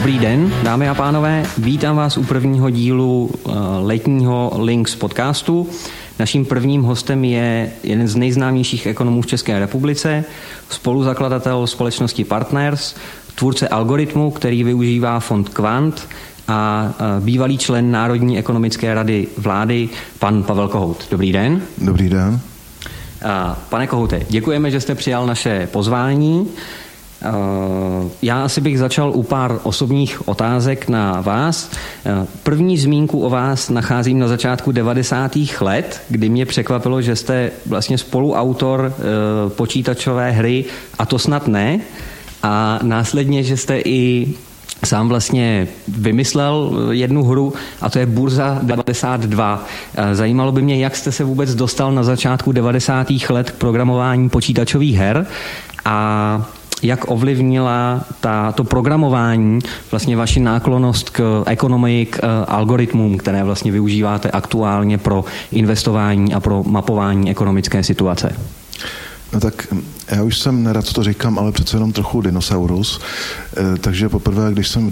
Dobrý den, dámy a pánové, vítám vás u prvního dílu letního Links podcastu. Naším prvním hostem je jeden z nejznámějších ekonomů v České republice, spoluzakladatel společnosti Partners, tvůrce algoritmu, který využívá fond Quant, a bývalý člen Národní ekonomické rady vlády, pan Pavel Kohout. Dobrý den. Dobrý den. Pane Kohoute, děkujeme, že jste přijal naše pozvání. Já asi bych začal u pár osobních otázek na vás. První zmínku o vás nacházím na začátku 90. let, kdy mě překvapilo, že jste vlastně spoluautor počítačové hry A to snad ne, a následně, že jste i sám vlastně vymyslel jednu hru, a to je Burza 92. Zajímalo by mě, jak jste se vůbec dostal na začátku 90. let k programování počítačových her a jak ovlivnila to programování vlastně vaši náklonnost k ekonomii, k algoritmům, které vlastně využíváte aktuálně pro investování a pro mapování ekonomické situace? No tak já už jsem nerad to říkám, ale přece jenom trochu dinosaurus. Takže poprvé, když jsem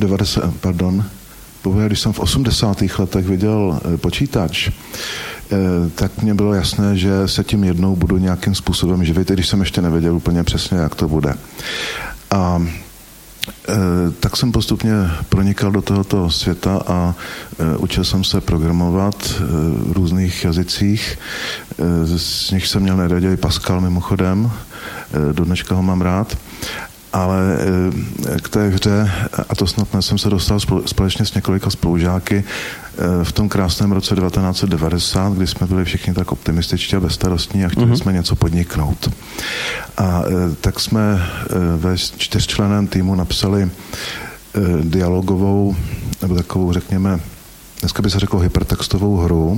v 80. letech viděl počítač, tak mně bylo jasné, že se tím jednou budu nějakým způsobem živit, i když jsem ještě nevěděl úplně přesně, jak to bude. A tak jsem postupně pronikal do tohoto světa a učil jsem se programovat v různých jazycích. Z nich jsem měl nejraději Pascal mimochodem, do dneška ho mám rád. Ale k té hře, a to snad jsem se dostal společně s několika spolužáky v tom krásném roce 1990, kdy jsme byli všichni tak optimističtí a bezstarostní a chtěli jsme něco podniknout. A tak jsme ve 4členném týmu napsali dialogovou, nebo takovou, řekněme, dneska by se řeklo hypertextovou hru,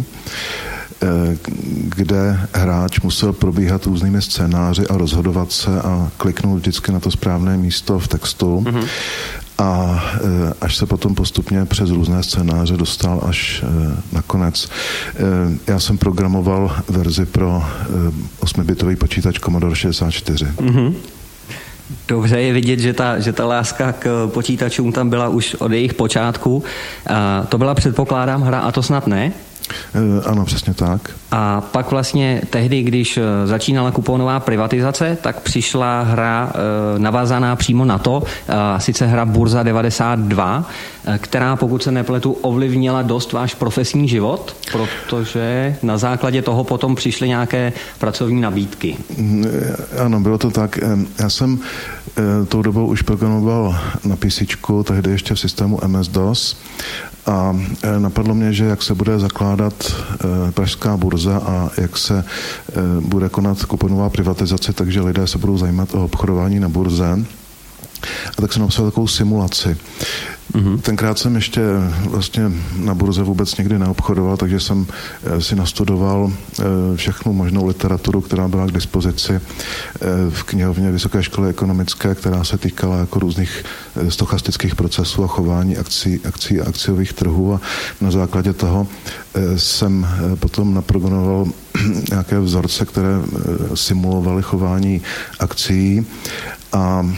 kde hráč musel probíhat různými scénáři a rozhodovat se a kliknout vždycky na to správné místo v textu. A až se potom postupně přes různé scénáře dostal až na konec. Já jsem programoval verzi pro 8-bitový počítač Commodore 64. Dobře je vidět, že ta láska k počítačům tam byla už od jejich počátku. To byla, předpokládám, hra A to snad ne? Ano, přesně tak. A pak vlastně tehdy, když začínala kuponová privatizace, tak přišla hra navázaná přímo na to, sice hra Burza 92, která, pokud se nepletu, ovlivnila dost váš profesní život, protože na základě toho potom přišly nějaké pracovní nabídky. Ano, bylo to tak. Já jsem tou dobou už programoval na PCčku, tehdy ještě v systému MS-DOS, a napadlo mě, že jak se bude zakládat pražská burza a jak se bude konat kuponová privatizace, takže lidé se budou zajímat o obchodování na burze. A tak jsem napsal takovou simulaci. Tenkrát jsem ještě vlastně na burze vůbec nikdy neobchodoval, takže jsem si nastudoval všechnu možnou literaturu, která byla k dispozici v knihovně Vysoké školy ekonomické, která se týkala jako různých stochastických procesů a chování akcí a akciových trhů, a na základě toho jsem potom naprogramoval nějaké vzorce, které simulovaly chování akcií, a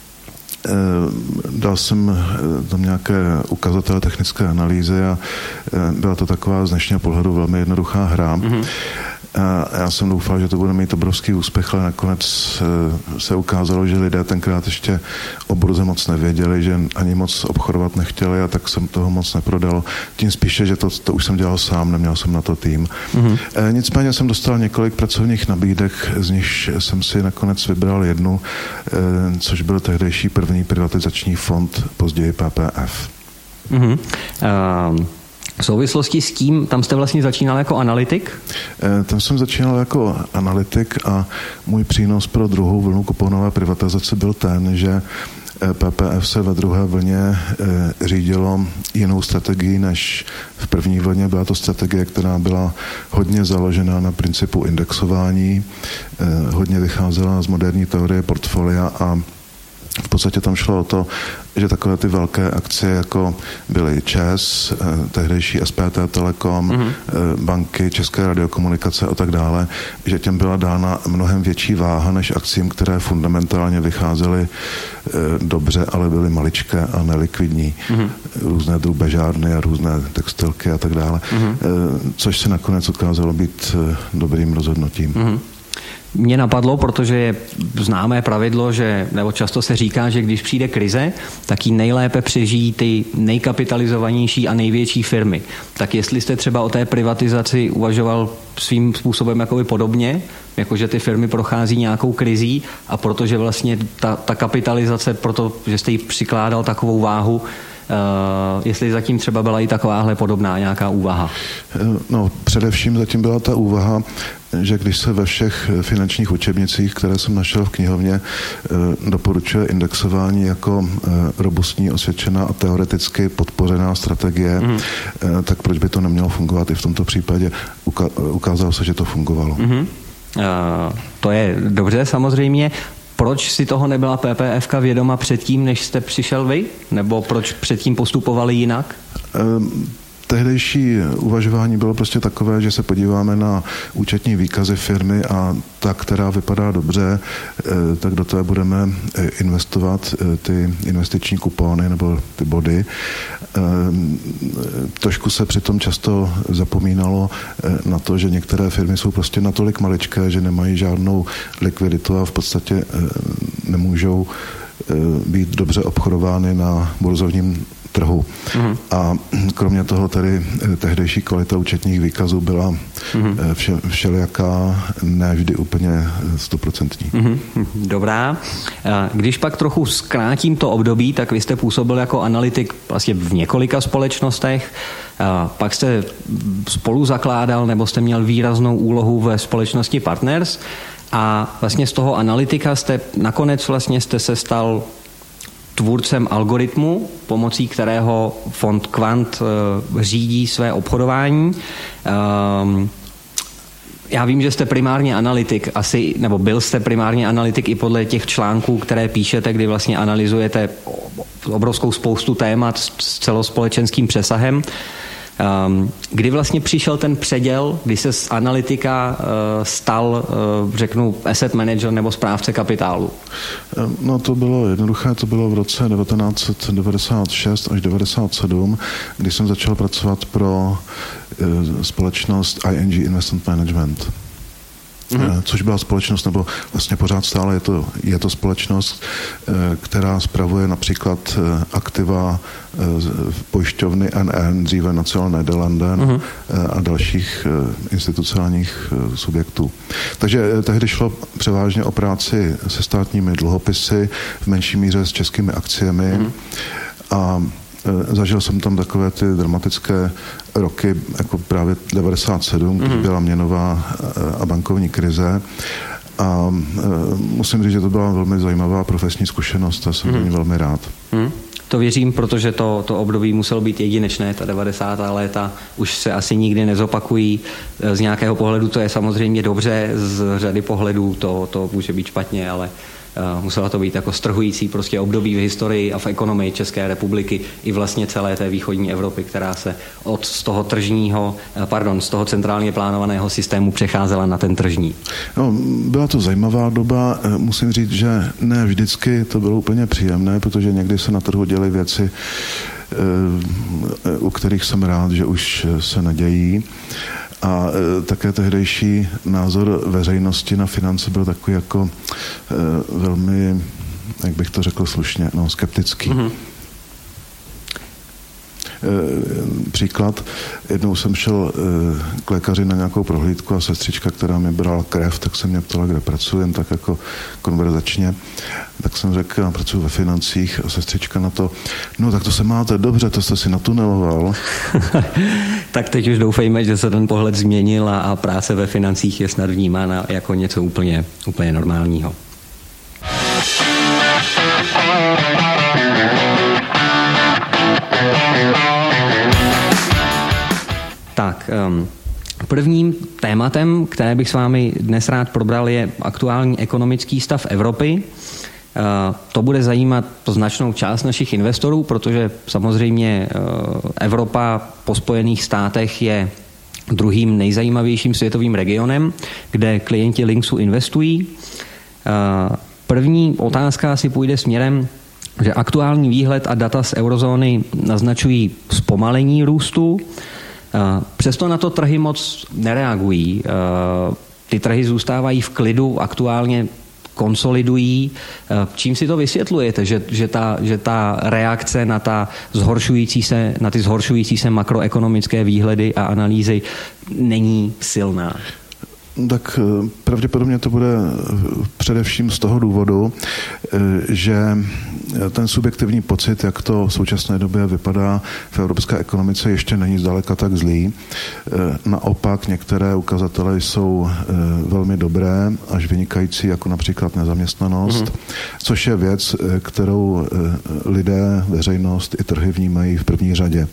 dal jsem tam nějaké ukazatele technické analýzy a byla to taková z dnešního pohledu velmi jednoduchá hra. A já jsem doufal, že to bude mít obrovský úspěch, ale nakonec se ukázalo, že lidé tenkrát ještě o burze moc nevěděli, že ani moc obchodovat nechtěli, a tak jsem toho moc neprodal. Tím spíše, že to už jsem dělal sám, neměl jsem na to tým. Nicméně jsem dostal několik pracovních nabídek, z nich jsem si nakonec vybral jednu, což byl tehdejší první privatizační fond, později PPF. V souvislosti s tím, tam jste vlastně začínal jako analytik? Tam jsem začínal jako analytik a můj přínos pro druhou vlnu kuponové privatizace byl ten, že PPF se ve druhé vlně řídilo jinou strategií než v první vlně. Byla to strategie, která byla hodně založená na principu indexování, hodně vycházela z moderní teorie portfolia a v podstatě tam šlo o to, že takové ty velké akcie, jako byly ČEZ, tehdejší SPT Telekom, banky, České radiokomunikace a tak dále, že těm byla dána mnohem větší váha než akcím, které fundamentálně vycházely dobře, ale byly maličké a nelikvidní. Různé drůbežárny a různé textilky a tak dále, což se nakonec ukázalo být dobrým rozhodnutím. Mě napadlo, protože je známé pravidlo, nebo často se říká, že když přijde krize, tak ji nejlépe přežijí ty nejkapitalizovanější a největší firmy. Tak jestli jste třeba o té privatizaci uvažoval svým způsobem jakoby podobně, jakože ty firmy prochází nějakou krizí a protože vlastně ta kapitalizace, protože jste jí přikládal takovou váhu, jestli zatím třeba byla i takováhle podobná nějaká úvaha? No, především zatím byla ta úvaha, že když se ve všech finančních učebnicích, které jsem našel v knihovně, doporučuje indexování jako robustní, osvědčená a teoreticky podpořená strategie, tak proč by to nemělo fungovat i v tomto případě? Ukázalo se, že to fungovalo. To je dobře samozřejmě. Proč si toho nebyla PPFka vědoma předtím, než jste přišel vy? Nebo proč předtím postupovali jinak? Tehdejší uvažování bylo prostě takové, že se podíváme na účetní výkazy firmy a ta, která vypadá dobře, tak do té budeme investovat ty investiční kupóny nebo ty body. Trošku se přitom často zapomínalo na to, že některé firmy jsou prostě natolik maličké, že nemají žádnou likviditu a v podstatě nemůžou být dobře obchodovány na burzovním trhu. A kromě toho tady tehdejší kvalita účetních výkazů byla všelijaká, ne vždy úplně 100%. Dobrá. Když pak trochu zkrátím to období, tak vy jste působil jako analytik vlastně v několika společnostech, pak jste spolu zakládal nebo jste měl výraznou úlohu ve společnosti Partners a vlastně z toho analytika nakonec jste se stal tvůrcem algoritmu, pomocí kterého fond Quant řídí své obchodování. Já vím, že jste primárně analytik, nebo byl jste primárně analytik i podle těch článků, které píšete, kdy vlastně analyzujete obrovskou spoustu témat s celospolečenským přesahem. Kdy vlastně přišel ten předěl, kdy se z analytika stal, řeknu, asset manager nebo správce kapitálu? No to bylo jednoduché, to bylo v roce 1996 až 1997, kdy jsem začal pracovat pro společnost ING Investment Management. Což byla společnost, nebo vlastně pořád stále je to společnost, která spravuje například aktiva pojišťovny NN, dříve Nationale-Nederlanden a dalších institucionálních subjektů. Takže tehdy šlo převážně o práci se státními dluhopisy, v menší míře s českými akciemi a zažil jsem tam takové ty dramatické roky, jako právě 97, když byla měnová a bankovní krize. A musím říct, že to byla velmi zajímavá profesní zkušenost a jsem za ní velmi rád. To věřím, protože to období muselo být jedinečné, ta 90. léta už se asi nikdy nezopakují. Z nějakého pohledu to je samozřejmě dobře, z řady pohledů to může být špatně, ale musela to být jako strhující prostě období v historii a v ekonomii České republiky i vlastně celé té východní Evropy, která se z toho centrálně plánovaného systému přecházela na ten tržní. No, byla to zajímavá doba. Musím říct, že ne vždycky to bylo úplně příjemné, protože někdy se na trhu děly věci, u kterých jsem rád, že už se nedějí. A také tehdejší názor veřejnosti na finance byl takový jako velmi, jak bych to řekl slušně, skeptický. Příklad, jednou jsem šel k lékaři na nějakou prohlídku a sestřička, která mi brala krev, tak se mě ptala, kde pracujem, tak jako konverzačně. Tak jsem řekl, já pracuji ve financích a sestřička na to, no tak to se máte dobře, to jste si natuneloval. Tak teď už doufejme, že se ten pohled změnil a práce ve financích je snad vnímána jako něco úplně normálního. Tak, prvním tématem, které bych s vámi dnes rád probral, je aktuální ekonomický stav Evropy. To bude zajímat značnou část našich investorů, protože samozřejmě Evropa po Spojených státech je druhým nejzajímavějším světovým regionem, kde klienti Lynxu investují. První otázka si půjde směrem, že aktuální výhled a data z eurozóny naznačují zpomalení růstu. Přesto na to trhy moc nereagují. Ty trhy zůstávají v klidu, aktuálně konsolidují. Čím si to vysvětlujete, že ta reakce na ty zhoršující se makroekonomické výhledy a analýzy není silná? Tak pravděpodobně to bude především z toho důvodu, že ten subjektivní pocit, jak to v současné době vypadá v evropské ekonomice, ještě není zdaleka tak zlý. Naopak některé ukazatele jsou velmi dobré, až vynikající, jako například nezaměstnanost, což je věc, kterou lidé, veřejnost i trhy vnímají v první řadě.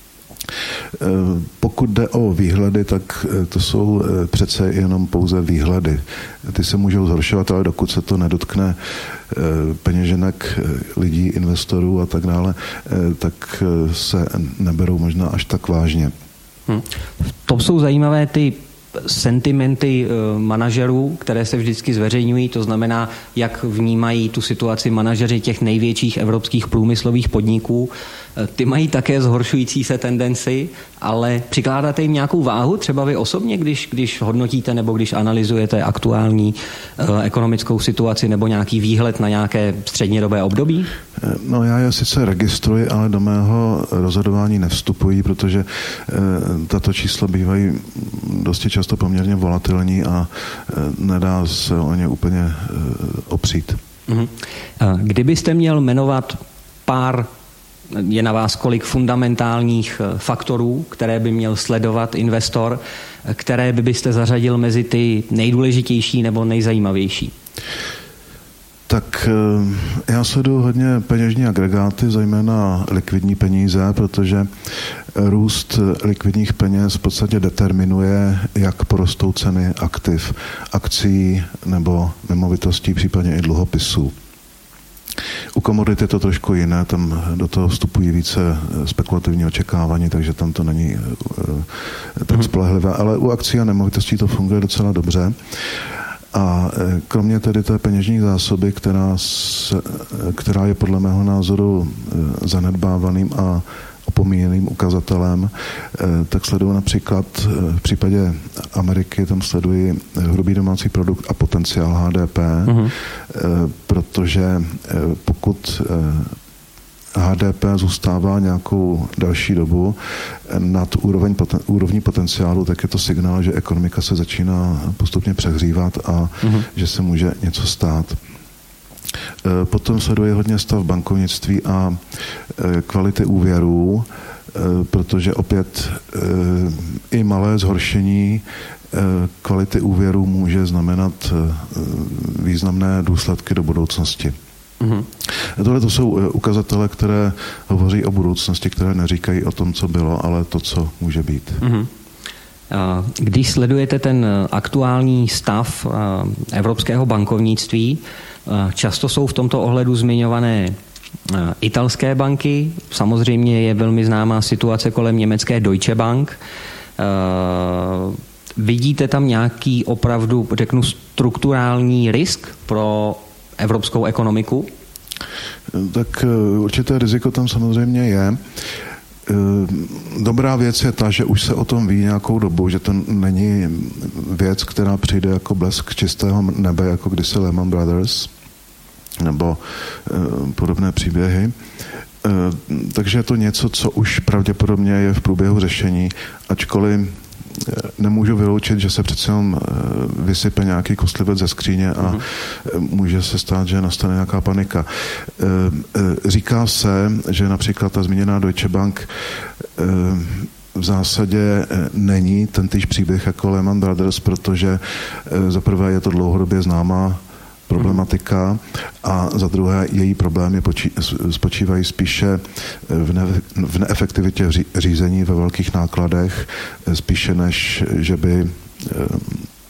Pokud jde o výhledy, tak to jsou přece jenom pouze výhledy. Ty se můžou zhoršovat, ale dokud se to nedotkne peněženek lidí, investorů a tak dále, tak se neberou možná až tak vážně. To jsou zajímavé ty sentimenty manažerů, které se vždycky zveřejňují, to znamená, jak vnímají tu situaci manažeři těch největších evropských průmyslových podniků. Ty mají také zhoršující se tendenci, ale přikládáte jim nějakou váhu, třeba vy osobně, když hodnotíte nebo když analyzujete aktuální ekonomickou situaci nebo nějaký výhled na nějaké střednědobé období? No já je sice registruji, ale do mého rozhodování nevstupují, protože tato čísla bývají dosti často poměrně volatilní a nedá se o ně úplně opřít. Kdybyste měl jmenovat pár, je na vás kolik fundamentálních faktorů, které by měl sledovat investor, které byste zařadil mezi ty nejdůležitější nebo nejzajímavější? Tak já sleduju hodně peněžní agregáty, zejména likvidní peníze, protože růst likvidních peněz v podstatě determinuje, jak porostou ceny aktiv, akcií nebo nemovitostí, případně i dluhopisů. U komodit je to trošku jiné, tam do toho vstupují více spekulativní očekávání, takže tam to není tak spolehlivé, ale u akcií a nemovitostí to funguje docela dobře. A kromě tedy té peněžní zásoby, která je podle mého názoru zanedbávaným a opomíjeným ukazatelem, tak sleduji například v případě Ameriky, tam sleduji hrubý domácí produkt a potenciál HDP, protože pokud HDP zůstává nějakou další dobu nad úrovní potenciálu, tak je to signál, že ekonomika se začíná postupně přehřívat a že se může něco stát. Potom sleduje hodně stav bankovnictví a kvality úvěrů, protože opět i malé zhoršení kvality úvěrů může znamenat významné důsledky do budoucnosti. Tohle to jsou ukazatele, které hovoří o budoucnosti, které neříkají o tom, co bylo, ale to, co může být. Když sledujete ten aktuální stav evropského bankovnictví, často jsou v tomto ohledu zmiňované italské banky, samozřejmě je velmi známá situace kolem německé Deutsche Bank. Vidíte tam nějaký opravdu, řeknu, strukturální risk pro evropskou ekonomiku? Tak určité riziko tam samozřejmě je. Dobrá věc je ta, že už se o tom ví nějakou dobu, že to není věc, která přijde jako blesk čistého nebe, jako kdysi Lehman Brothers nebo podobné příběhy. Takže je to něco, co už pravděpodobně je v průběhu řešení, ačkoliv nemůžu vyloučit, že se přece jenom vysype nějaký kostlivec ze skříně a může se stát, že nastane nějaká panika. Říká se, že například ta zmíněná Deutsche Bank v zásadě není tentýž příběh jako Lehman Brothers, protože zaprvé je to dlouhodobě známá problematika a za druhé její problémy spočívají spíše v neefektivitě řízení ve velkých nákladech, spíše než že by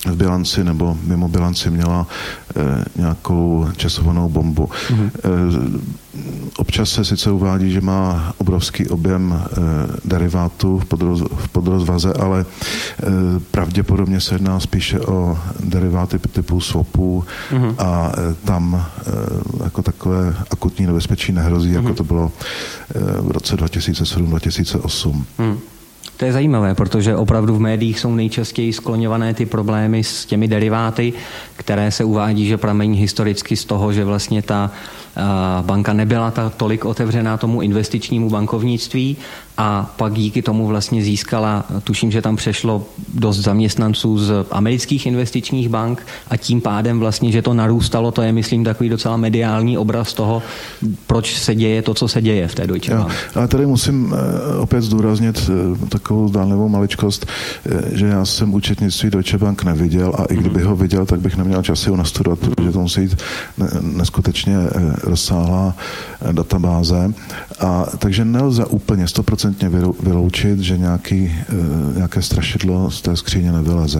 v bilanci nebo mimo bilanci měla nějakou časovanou bombu. Občas se sice uvádí, že má obrovský objem derivátů v podrozvaze, ale pravděpodobně se jedná spíše o deriváty typu swapů a tam jako takové akutní nebezpečí nehrozí, jako to bylo v roce 2007-2008. To je zajímavé, protože opravdu v médiích jsou nejčastěji skloňované ty problémy s těmi deriváty, které se uvádí, že pramení historicky z toho, že vlastně ta banka nebyla tolik otevřená tomu investičnímu bankovnictví a pak díky tomu vlastně získala, tuším, že tam přešlo dost zaměstnanců z amerických investičních bank a tím pádem vlastně, že to narůstalo, to je, myslím, takový docela mediální obraz toho, proč se děje to, co se děje v té Deutsche Bank. Ale tady musím opět zdůraznit takovou zdánlivou maličkost, že já jsem účetnictví Deutsche Bank neviděl a i kdybych ho viděl, tak bych neměl čas si ho nastudovat, protože to musí jít neskutečně rozsáhlá databáze. A takže nelze úplně 100% vyloučit, že nějaké strašidlo z té skříně nevyleze.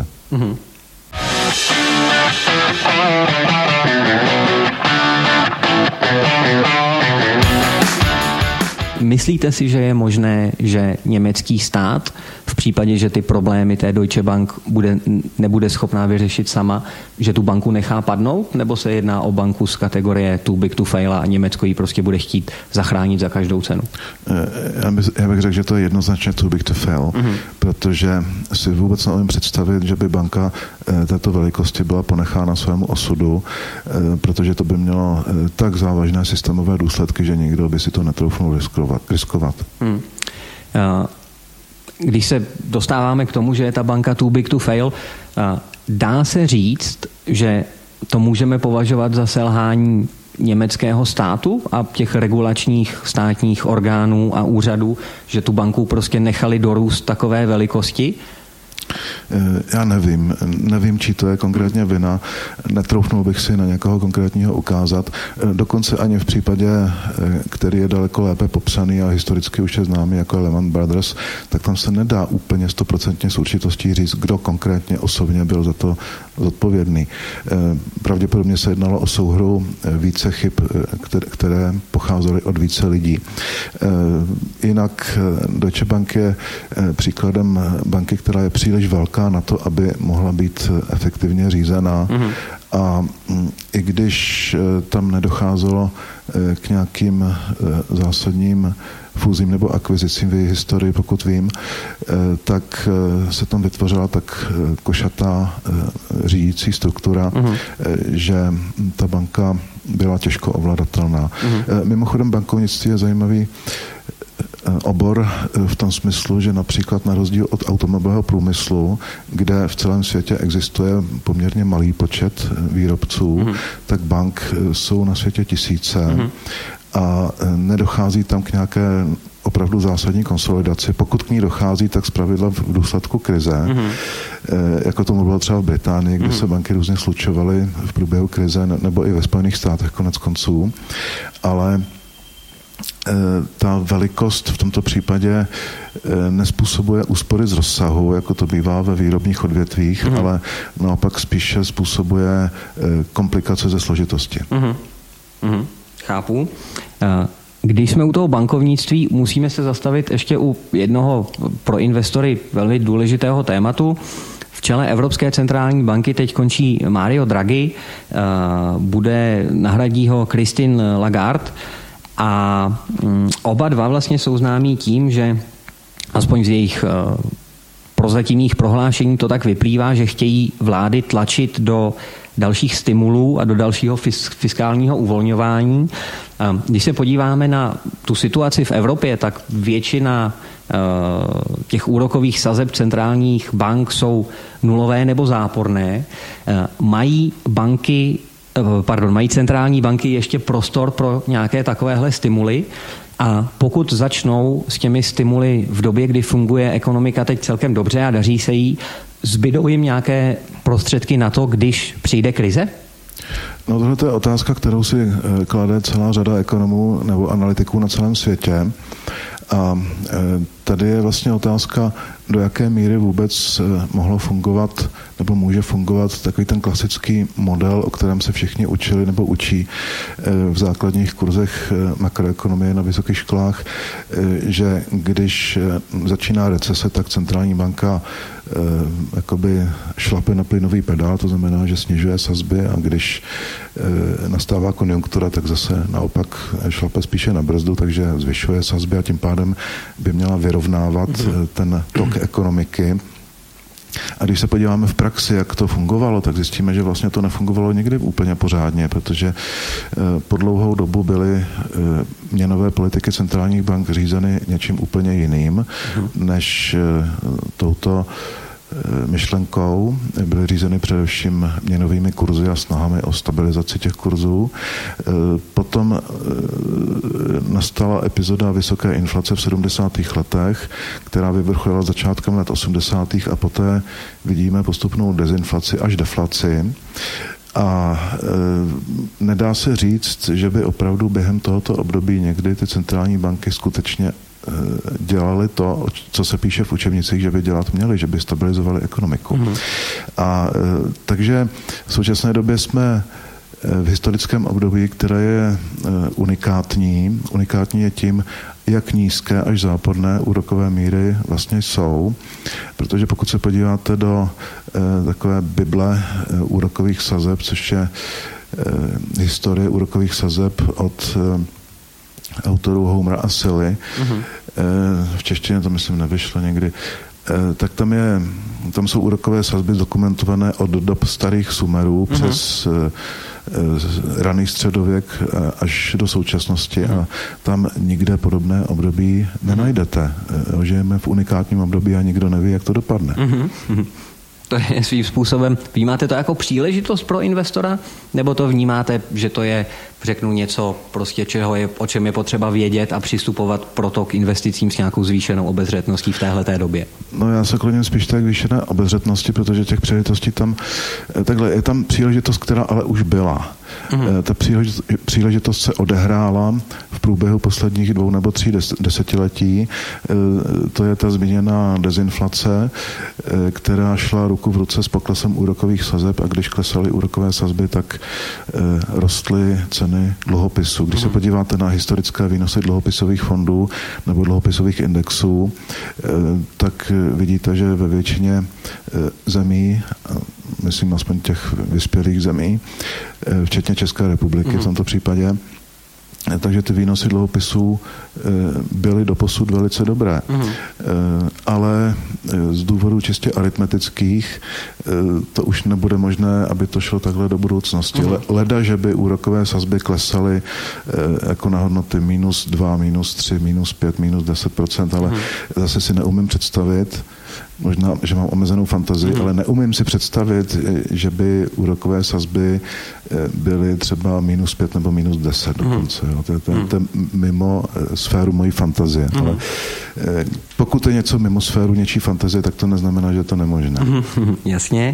Myslíte si, že je možné, že německý stát v případě, že ty problémy té Deutsche Bank nebude schopná vyřešit sama, že tu banku nechá padnout, nebo se jedná o banku z kategorie too big to fail a Německo ji prostě bude chtít zachránit za každou cenu? Já bych řekl, že to je jednoznačně too big to fail, protože si vůbec neumím představit, že by banka této velikosti byla ponechána svému osudu, protože to by mělo tak závažné systémové důsledky, že nikdo by si to netroufnul riskovat. Když se dostáváme k tomu, že je ta banka too big to fail, dá se říct, že to můžeme považovat za selhání německého státu a těch regulačních státních orgánů a úřadů, že tu banku prostě nechali dorůst takové velikosti? Já nevím, čí to je konkrétně vina. Netroufnul bych si na někoho konkrétního ukázat. Dokonce ani v případě, který je daleko lépe popsaný a historicky už je známý jako Lehman Brothers, tak tam se nedá úplně 100% s určitostí říct, kdo konkrétně osobně byl za to zodpovědný. Pravděpodobně se jednalo o souhru více chyb, které pocházely od více lidí. Jinak Deutsche Bank je příkladem banky, která je příliš velká na to, aby mohla být efektivně řízená. A i když tam nedocházelo k nějakým zásadním fúzím nebo akvizicím v její historii, pokud vím, tak se tam vytvořila tak košatá řídící struktura, že ta banka byla těžko ovladatelná. Mimochodem bankovnictví je zajímavý obor v tom smyslu, že například na rozdíl od automobilového průmyslu, kde v celém světě existuje poměrně malý počet výrobců, tak bank jsou na světě tisíce a nedochází tam k nějaké opravdu zásadní konsolidaci. Pokud k ní dochází, tak zpravidla v důsledku krize, jako tomu bylo třeba v Británii, kde se banky různě slučovaly v průběhu krize, nebo i ve Spojených státech konec konců, ale ta velikost v tomto případě nespůsobuje úspory z rozsahu, jako to bývá ve výrobních odvětvích, ale naopak spíše způsobuje komplikace ze složitosti. Chápu. Když jsme u toho bankovnictví, musíme se zastavit ještě u jednoho pro investory velmi důležitého tématu. V čele Evropské centrální banky teď končí Mario Draghi, nahradí ho Christine Lagarde a oba dva vlastně jsou známí tím, že aspoň z jejich prozatímních prohlášení to tak vyplývá, že chtějí vlády tlačit do dalších stimulů a do dalšího fiskálního uvolňování. Když se podíváme na tu situaci v Evropě, tak většina těch úrokových sazeb centrálních bank jsou nulové nebo záporné. Mají centrální banky ještě prostor pro nějaké takovéhle stimuly? A pokud začnou s těmi stimuly v době, kdy funguje ekonomika teď celkem dobře a daří se jí, zbydou jim nějaké prostředky na to, když přijde krize? No tohle je otázka, kterou si klade celá řada ekonomů nebo analytiků na celém světě. A tady je vlastně otázka, do jaké míry vůbec mohlo fungovat nebo může fungovat takový ten klasický model, o kterém se všichni učili nebo učí v základních kurzech makroekonomie na vysokých školách, že když začíná recese, tak centrální banka jakoby šlape na plynový pedál, to znamená, že snižuje sazby, a když nastává konjunktura, tak zase naopak šlape spíše na brzdu, takže zvyšuje sazby a tím pádem by měla vyrovnávat ten tok ekonomiky. A když se podíváme v praxi, jak to fungovalo, tak zjistíme, že vlastně to nefungovalo nikdy úplně pořádně, protože po dlouhou dobu byly měnové politiky centrálních bank řízeny něčím úplně jiným, než touto myšlenkou. Byly řízeny především měnovými kurzy a snahami o stabilizaci těch kurzů. Potom nastala epizoda vysoké inflace v 70. letech, která vyvrcholila začátkem let 80. a poté vidíme postupnou dezinflaci až deflaci. A nedá se říct, že by opravdu během tohoto období někdy ty centrální banky skutečně dělali to, co se píše v učebnicích, že by dělat měli, že by stabilizovali ekonomiku. A takže v současné době jsme v historickém období, které je unikátní. Unikátní je tím, jak nízké až záporné úrokové míry vlastně jsou. Protože pokud se podíváte do takové bible úrokových sazeb, což je historie úrokových sazeb od autorů Homera a Silly, v češtině to myslím nevyšlo někdy, tak tam jsou úrokové sazby dokumentované od dob starých Sumerů přes raný středověk až do současnosti a tam nikde podobné období nenajdete. Žijeme v unikátním období a nikdo neví, jak to dopadne. To je svým způsobem. Vnímáte to jako příležitost pro investora? Nebo to vnímáte, že to je, řeknu, něco prostě, o čem je potřeba vědět a přistupovat proto k investicím s nějakou zvýšenou obezřetností v téhleté době? No já se kloním spíš tak zvýšené obezřetnosti, protože těch příležitostí tam, takhle, je tam příležitost, která ale už byla. Ta příležitost se odehrála v průběhu posledních 2 nebo 3 desetiletí. To je ta zmíněná dezinflace, která šla ruku v ruce s poklesem úrokových sazeb, a když klesaly úrokové sazby, tak rostly ceny dluhopisů. Když se podíváte na historické výnosy dluhopisových fondů nebo dluhopisových indexů, tak vidíte, že ve většině zemí, myslím aspoň těch vyspělých zemí, včetně České republiky v tomto případě, takže ty výnosy dluhopisů byly doposud velice dobré. Ale z důvodů čistě aritmetických to už nebude možné, aby to šlo takhle do budoucnosti. Leda, že by úrokové sazby klesaly jako na hodnoty -2, -3, -5, -10%, ale zase si neumím představit, možná, že mám omezenou fantazii, ale neumím si představit, že by úrokové sazby byly třeba -5 nebo -10 dokonce. Jo. To je mimo sféru mojí fantazie. Ale pokud je něco mimo sféru něčí fantazie, tak to neznamená, že je to nemožné. Jasně.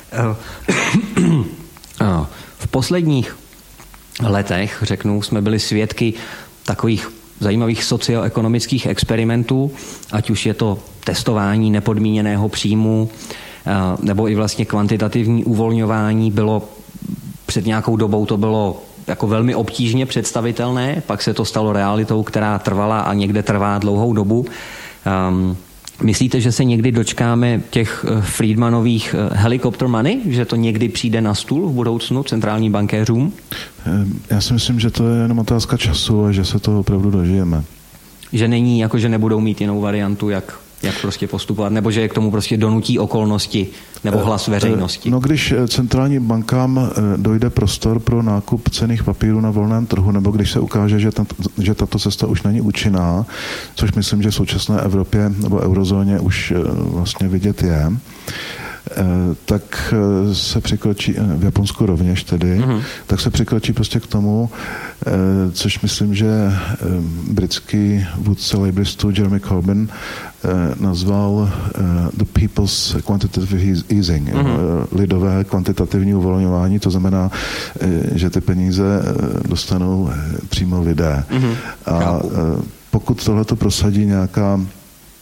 V posledních letech, řeknu, jsme byli svědky takových zajímavých socioekonomických experimentů, ať už je to testování nepodmíněného příjmu, nebo i vlastně kvantitativní uvolňování. Bylo před nějakou dobou to bylo jako velmi obtížně představitelné, pak se to stalo realitou, která trvala a někde trvá dlouhou dobu. Myslíte, že se někdy dočkáme těch Friedmanových helicopter money, že to někdy přijde na stůl v budoucnu centrální bankéřům? Já si myslím, že to je jenom otázka času a že se toho opravdu dožijeme. Že není, jako že nebudou mít jinou variantu, jak prostě postupovat, nebo že je k tomu prostě donutí okolnosti nebo hlas veřejnosti? No, když centrálním bankám dojde prostor pro nákup cenných papírů na volném trhu, nebo když se ukáže, že tato cesta už není účinná, což myslím, že v současné Evropě nebo eurozóně už vlastně vidět je, tak se přikročí, v Japonsku rovněž tedy, tak se přikročí prostě k tomu, což myslím, že britský vůdce labouristů Jeremy Corbyn nazval the people's quantitative easing, lidové kvantitativní uvolňování, to znamená, že ty peníze dostanou přímo lidé. A pokud tohleto prosadí nějaká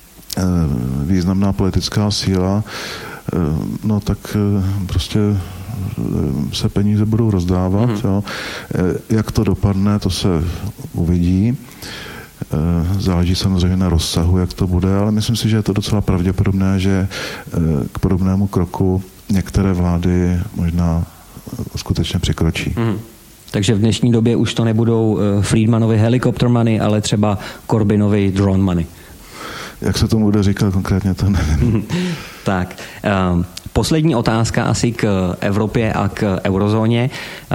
významná politická síla, no tak prostě se peníze budou rozdávat. Jo. Jak to dopadne, to se uvidí. Záleží samozřejmě na rozsahu, jak to bude, ale myslím si, že je to docela pravděpodobné, že k podobnému kroku některé vlády možná skutečně přikročí. Takže v dnešní době už to nebudou Friedmanovy helicopter money, ale třeba Corbynovy drone money. Jak se tomu bude říkat konkrétně, to nevím. Tak, poslední otázka asi k Evropě a k eurozóně.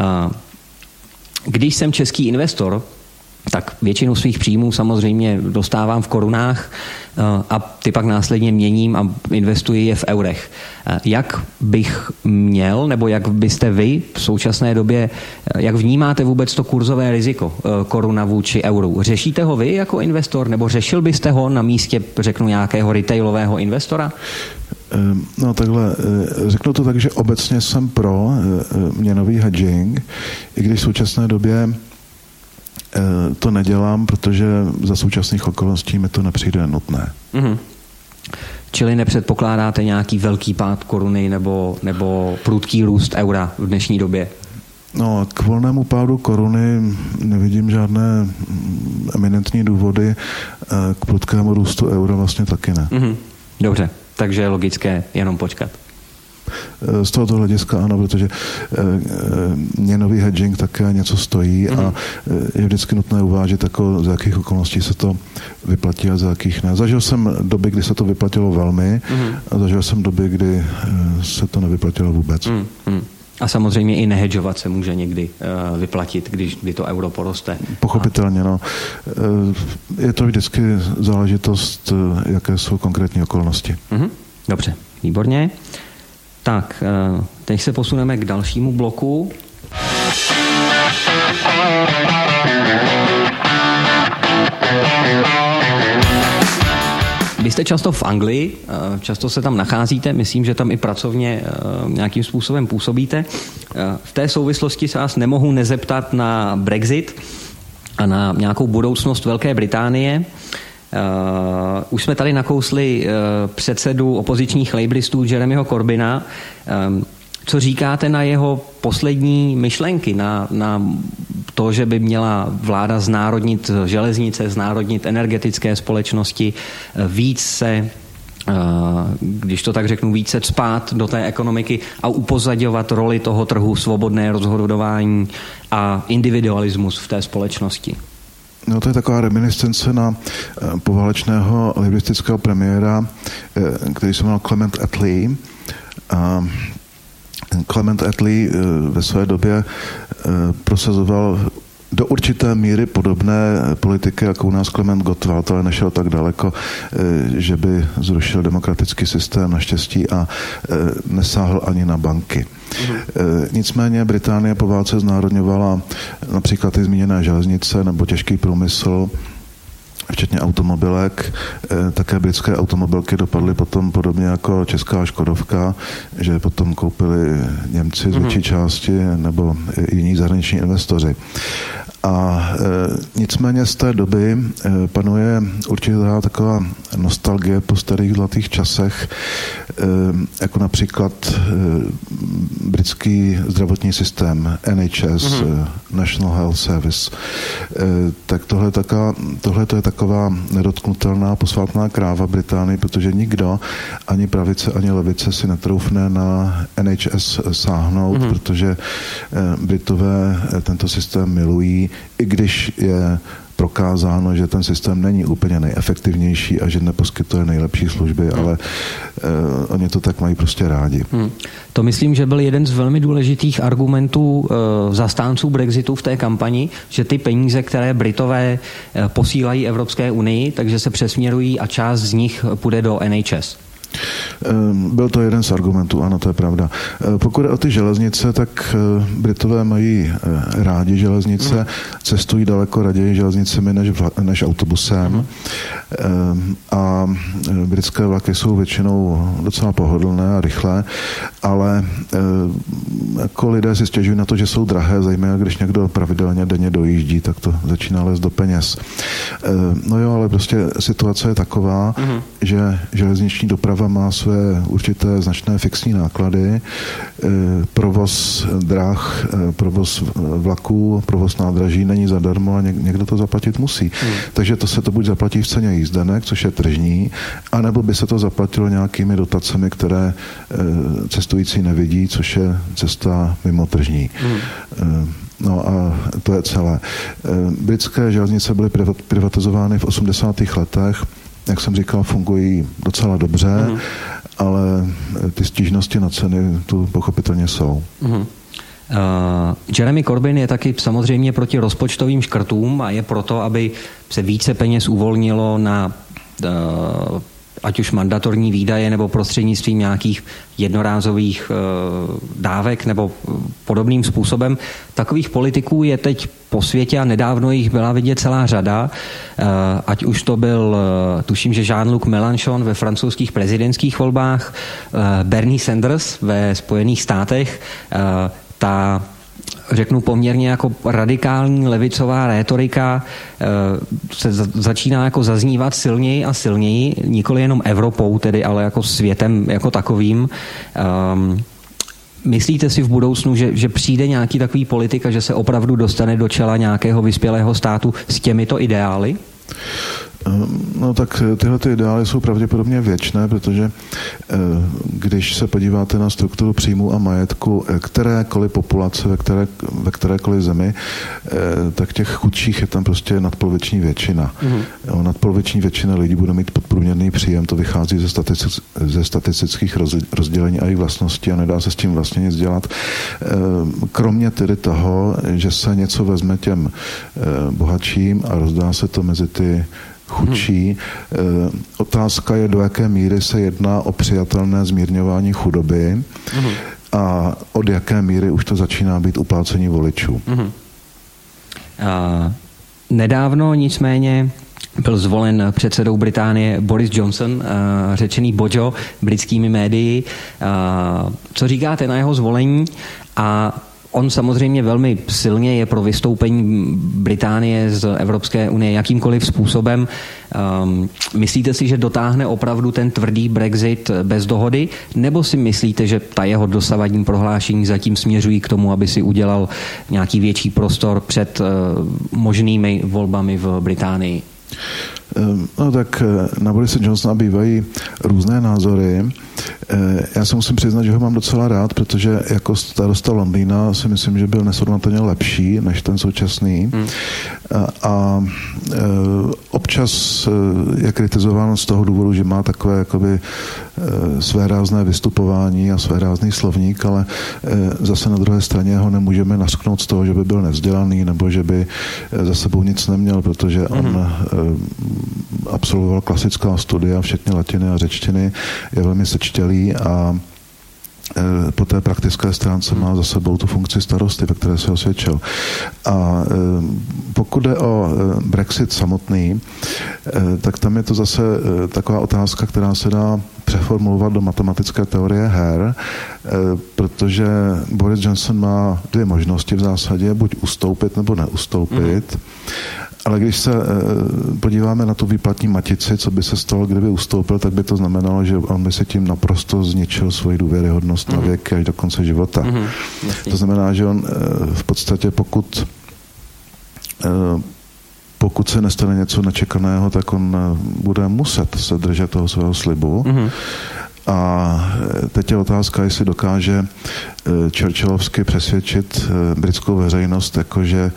Když jsem český investor, tak většinu svých příjmů samozřejmě dostávám v korunách a ty pak následně měním a investuji je v eurech. Jak bych měl, nebo jak byste vy v současné době, jak vnímáte vůbec to kurzové riziko koruna vůči euru? Řešíte ho vy jako investor, nebo řešil byste ho na místě, řeknu, nějakého retailového investora? No takhle, řeknu to tak, že obecně jsem pro měnový hedging, i když v současné době to nedělám, protože za současných okolností mi to nepřijde nutné. Čili nepředpokládáte nějaký velký pád koruny nebo prudký růst eura v dnešní době? No, k volnému pádu koruny nevidím žádné eminentní důvody, k prudkému růstu eura vlastně taky ne. Dobře, takže je logické jenom počkat. Z tohoto hlediska ano, protože měnový hedging také něco stojí a je vždycky nutné uvážit, jako za jakých okolností se to vyplatí a za jakých ne. Zažil jsem doby, kdy se to vyplatilo velmi a zažil jsem doby, kdy se to nevyplatilo vůbec. A samozřejmě i nehedžovat se může někdy vyplatit, kdy to euro poroste. Pochopitelně, no. Je to vždycky záležitost, jaké jsou konkrétní okolnosti. Dobře, výborně. Tak, teď se posuneme k dalšímu bloku. Vy jste často v Anglii, často se tam nacházíte, myslím, že tam i pracovně nějakým způsobem působíte. V té souvislosti se vás nemohu nezeptat na Brexit a na nějakou budoucnost Velké Británie. Už jsme tady nakousli předsedu opozičních labouristů Jeremyho Corbyna. Co říkáte na jeho poslední myšlenky, na to, že by měla vláda znárodnit železnice, znárodnit energetické společnosti, víc se, když to tak řeknu, více cpát do té ekonomiky a upozadňovat roli toho trhu, svobodné rozhodování a individualismus v té společnosti? No to je taková reminiscence na poválečného libristického premiéra, který se jmenoval Clement Attlee. Clement Attlee ve své době prosazoval do určité míry podobné politiky, jako u nás Klement Gottwald, ale nešel tak daleko, že by zrušil demokratický systém naštěstí a nesáhl ani na banky. Nicméně Británie po válce znárodňovala například ty zmíněné železnice nebo těžký průmysl, včetně automobilek. Také britské automobilky dopadly potom podobně jako česká Škodovka, že potom koupili Němci z větší části nebo jiní zahraniční investoři. A nicméně z té doby panuje určitá taková nostalgie po starých zlatých časech, jako například britský zdravotní systém NHS, National Health Service. Tak tohle je taková nedotknutelná posvátná kráva Británii, protože nikdo, ani pravice, ani levice si netroufne na NHS sáhnout, protože Britové tento systém milují, i když je prokázáno, že ten systém není úplně nejefektivnější a že neposkytuje nejlepší služby, ale oni to tak mají prostě rádi. To myslím, že byl jeden z velmi důležitých argumentů zastánců Brexitu v té kampani, že ty peníze, které Britové posílají Evropské unii, takže se přesměrují a část z nich půjde do NHS. Byl to jeden z argumentů, ano, to je pravda. Pokud je o ty železnice, tak Britové mají rádi železnice, cestují daleko raději železnicemi než autobusem. A britské vlaky jsou většinou docela pohodlné a rychlé, ale jako lidé si stěžují na to, že jsou drahé, zejména když někdo pravidelně denně dojíždí, tak to začíná lézt do peněz. No jo, ale prostě situace je taková, že železniční doprava má své určité značné fixní náklady, provoz drah, provoz vlaků, provoz nádraží není zadarmo a někdo to zaplatit musí. Takže to buď zaplatí v ceně jízdenek, což je tržní, anebo by se to zaplatilo nějakými dotacemi, které cestující nevidí, což je cesta mimo tržní. No a to je celé. Britské železnice byly privatizovány v 80. letech. Jak jsem říkal, fungují docela dobře, ale ty stížnosti na ceny tu pochopitelně jsou. Jeremy Corbyn je taky samozřejmě proti rozpočtovým škrtům a je proto, aby se více peněz uvolnilo na ať už mandatorní výdaje nebo prostřednictvím nějakých jednorázových dávek nebo podobným způsobem. Takových politiků je teď po světě a nedávno jich byla vidět celá řada. Ať už to byl, tuším, že Jean-Luc Mélenchon ve francouzských prezidentských volbách, Bernie Sanders ve Spojených státech, ta řeknu poměrně jako radikální levicová rétorika se začíná jako zaznívat silněji a silněji, nikoli jenom Evropou tedy, ale jako světem jako takovým. Myslíte si v budoucnu, že přijde nějaký takový politik a že se opravdu dostane do čela nějakého vyspělého státu s těmito ideály? No tak tyhle ty ideály jsou pravděpodobně věčné, protože když se podíváte na strukturu příjmů a majetku kterékoliv populace ve kterékoliv zemi, tak těch chudších je tam prostě nadpoloviční většina. Nadpoloviční většina lidí bude mít podprůměrný příjem, to vychází ze statistických rozdělení a jejich vlastností a nedá se s tím vlastně nic dělat. Kromě tedy toho, že se něco vezme těm bohatším a rozdá se to mezi ty chudší. Otázka je, do jaké míry se jedná o přijatelné zmírňování chudoby a od jaké míry už to začíná být uplácení voličů. Nedávno nicméně byl zvolen předsedou Británie Boris Johnson, řečený Bojo britskými médii. Co říkáte na jeho zvolení? A on samozřejmě velmi silně je pro vystoupení Británie z Evropské unie jakýmkoliv způsobem. Myslíte si, že dotáhne opravdu ten tvrdý Brexit bez dohody? Nebo si myslíte, že ta jeho dosavadní prohlášení zatím směřují k tomu, aby si udělal nějaký větší prostor před možnými volbami v Británii? No tak na Borise Johnsona bývají různé názory. Já se musím přiznat, že ho mám docela rád, protože jako starosta Londýna si myslím, že byl nesrovnatelně lepší než ten současný. A občas je kritizován z toho důvodu, že má takové jakoby své rázné vystupování a své rázný slovník, ale zase na druhé straně ho nemůžeme nařknout z toho, že by byl nevzdělaný nebo že by za sebou nic neměl, protože on absolvoval klasická studia, včetně latiny a řečtiny, je velmi sečtělý a po té praktické stránce má za sebou tu funkci starosty, ve které se osvědčil. A pokud jde o Brexit samotný, tak tam je to zase taková otázka, která se dá přeformulovat do matematické teorie her, protože Boris Johnson má dvě možnosti v zásadě, buď ustoupit nebo neustoupit. Ale když se podíváme na tu výplatní matici, co by se stalo, kdyby ustoupil, tak by to znamenalo, že on by si tím naprosto zničil svoji důvěryhodnost na věk až do konce života. To znamená, že on v podstatě pokud se nestane něco nečekaného, tak on bude muset se držet toho svého slibu. A teď je otázka, jestli dokáže churchillovsky přesvědčit britskou veřejnost, jakože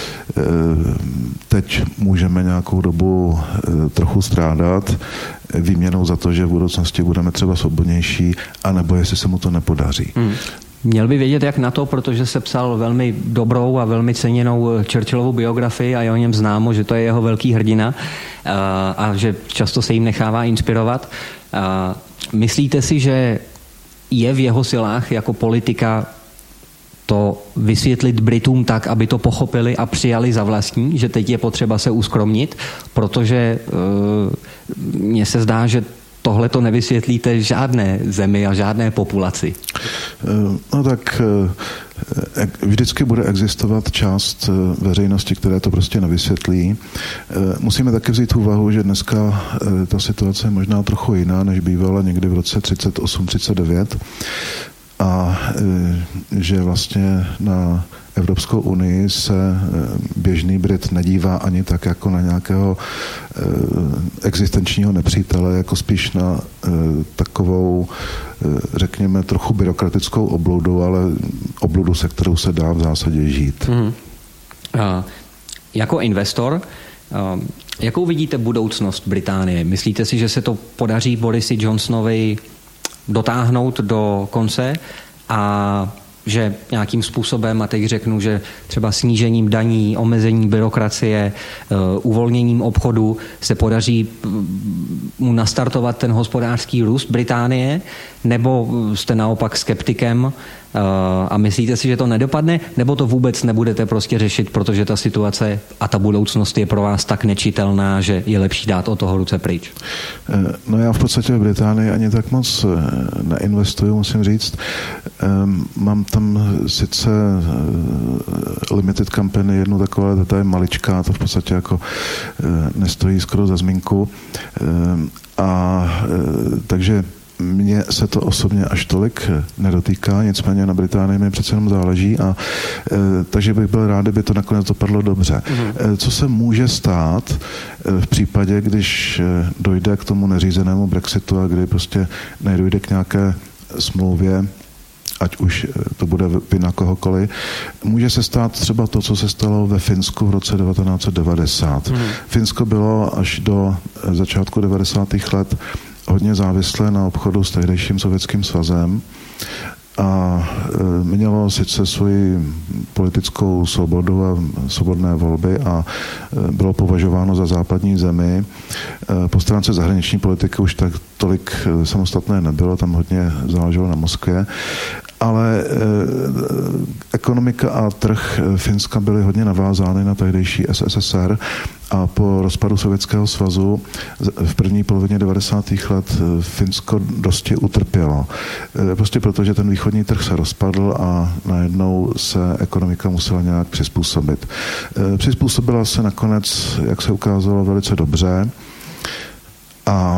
teď můžeme nějakou dobu trochu strádat výměnou za to, že v budoucnosti budeme třeba svobodnější, anebo jestli se mu to nepodaří. Měl by vědět, jak na to, protože se psal velmi dobrou a velmi ceněnou Churchillovu biografii a je o něm známo, že to je jeho velký hrdina a že často se jim nechává inspirovat. Myslíte si, že je v jeho silách jako politika to vysvětlit Britům tak, aby to pochopili a přijali za vlastní, že teď je potřeba se uskromnit, protože mně se zdá, že tohle to nevysvětlíte žádné zemi a žádné populaci. No tak vždycky bude existovat část veřejnosti, které to prostě nevysvětlí. Musíme taky vzít v úvahu, že dneska ta situace je možná trochu jiná, než bývala někdy v roce 38-39 a že vlastně na Evropskou unii se běžný Brit nedívá ani tak jako na nějakého existenčního nepřítele, jako spíš na takovou, řekněme, trochu byrokratickou obludu, ale obludu, se kterou se dá v zásadě žít. Jako investor, jakou vidíte budoucnost Británie? Myslíte si, že se to podaří Borisi Johnsonovi dotáhnout do konce a že nějakým způsobem, a teď řeknu, že třeba snížením daní, omezení byrokracie, uvolněním obchodu se podaří mu nastartovat ten hospodářský růst Británie, nebo jste naopak skeptikem a myslíte si, že to nedopadne, nebo to vůbec nebudete prostě řešit, protože ta situace a ta budoucnost je pro vás tak nečitelná, že je lepší dát od toho ruce pryč? No já v podstatě v Británii ani tak moc neinvestuju, musím říct. Mám tam sice limited company, jednu takové, ta je maličká, to v podstatě jako nestojí skoro za zmínku. Takže mně se to osobně až tolik nedotýká, nicméně na Británii mi přece jenom záleží takže bych byl rád, kdyby to nakonec dopadlo dobře. Co se může stát v případě, když dojde k tomu neřízenému Brexitu a kdy prostě nedojde k nějaké smlouvě, ať už to bude vina kohokoliv, může se stát třeba to, co se stalo ve Finsku v roce 1990. Finsko bylo až do začátku 90. let hodně závislé na obchodu s tehdejším Sovětským svazem a mělo sice svoji politickou svobodu a svobodné volby a bylo považováno za západní zemi. Po stránce zahraniční politiky už tak tolik samostatné nebylo, tam hodně záleželo na Moskvě, ale ekonomika a trh Finska byly hodně navázány na tehdejší SSSR a po rozpadu Sovětského svazu v první polovině 90. let Finsko dosti utrpělo. Prostě proto, že ten východní trh se rozpadl a najednou se ekonomika musela nějak přizpůsobit. Přizpůsobila se nakonec, jak se ukázalo, velice dobře. A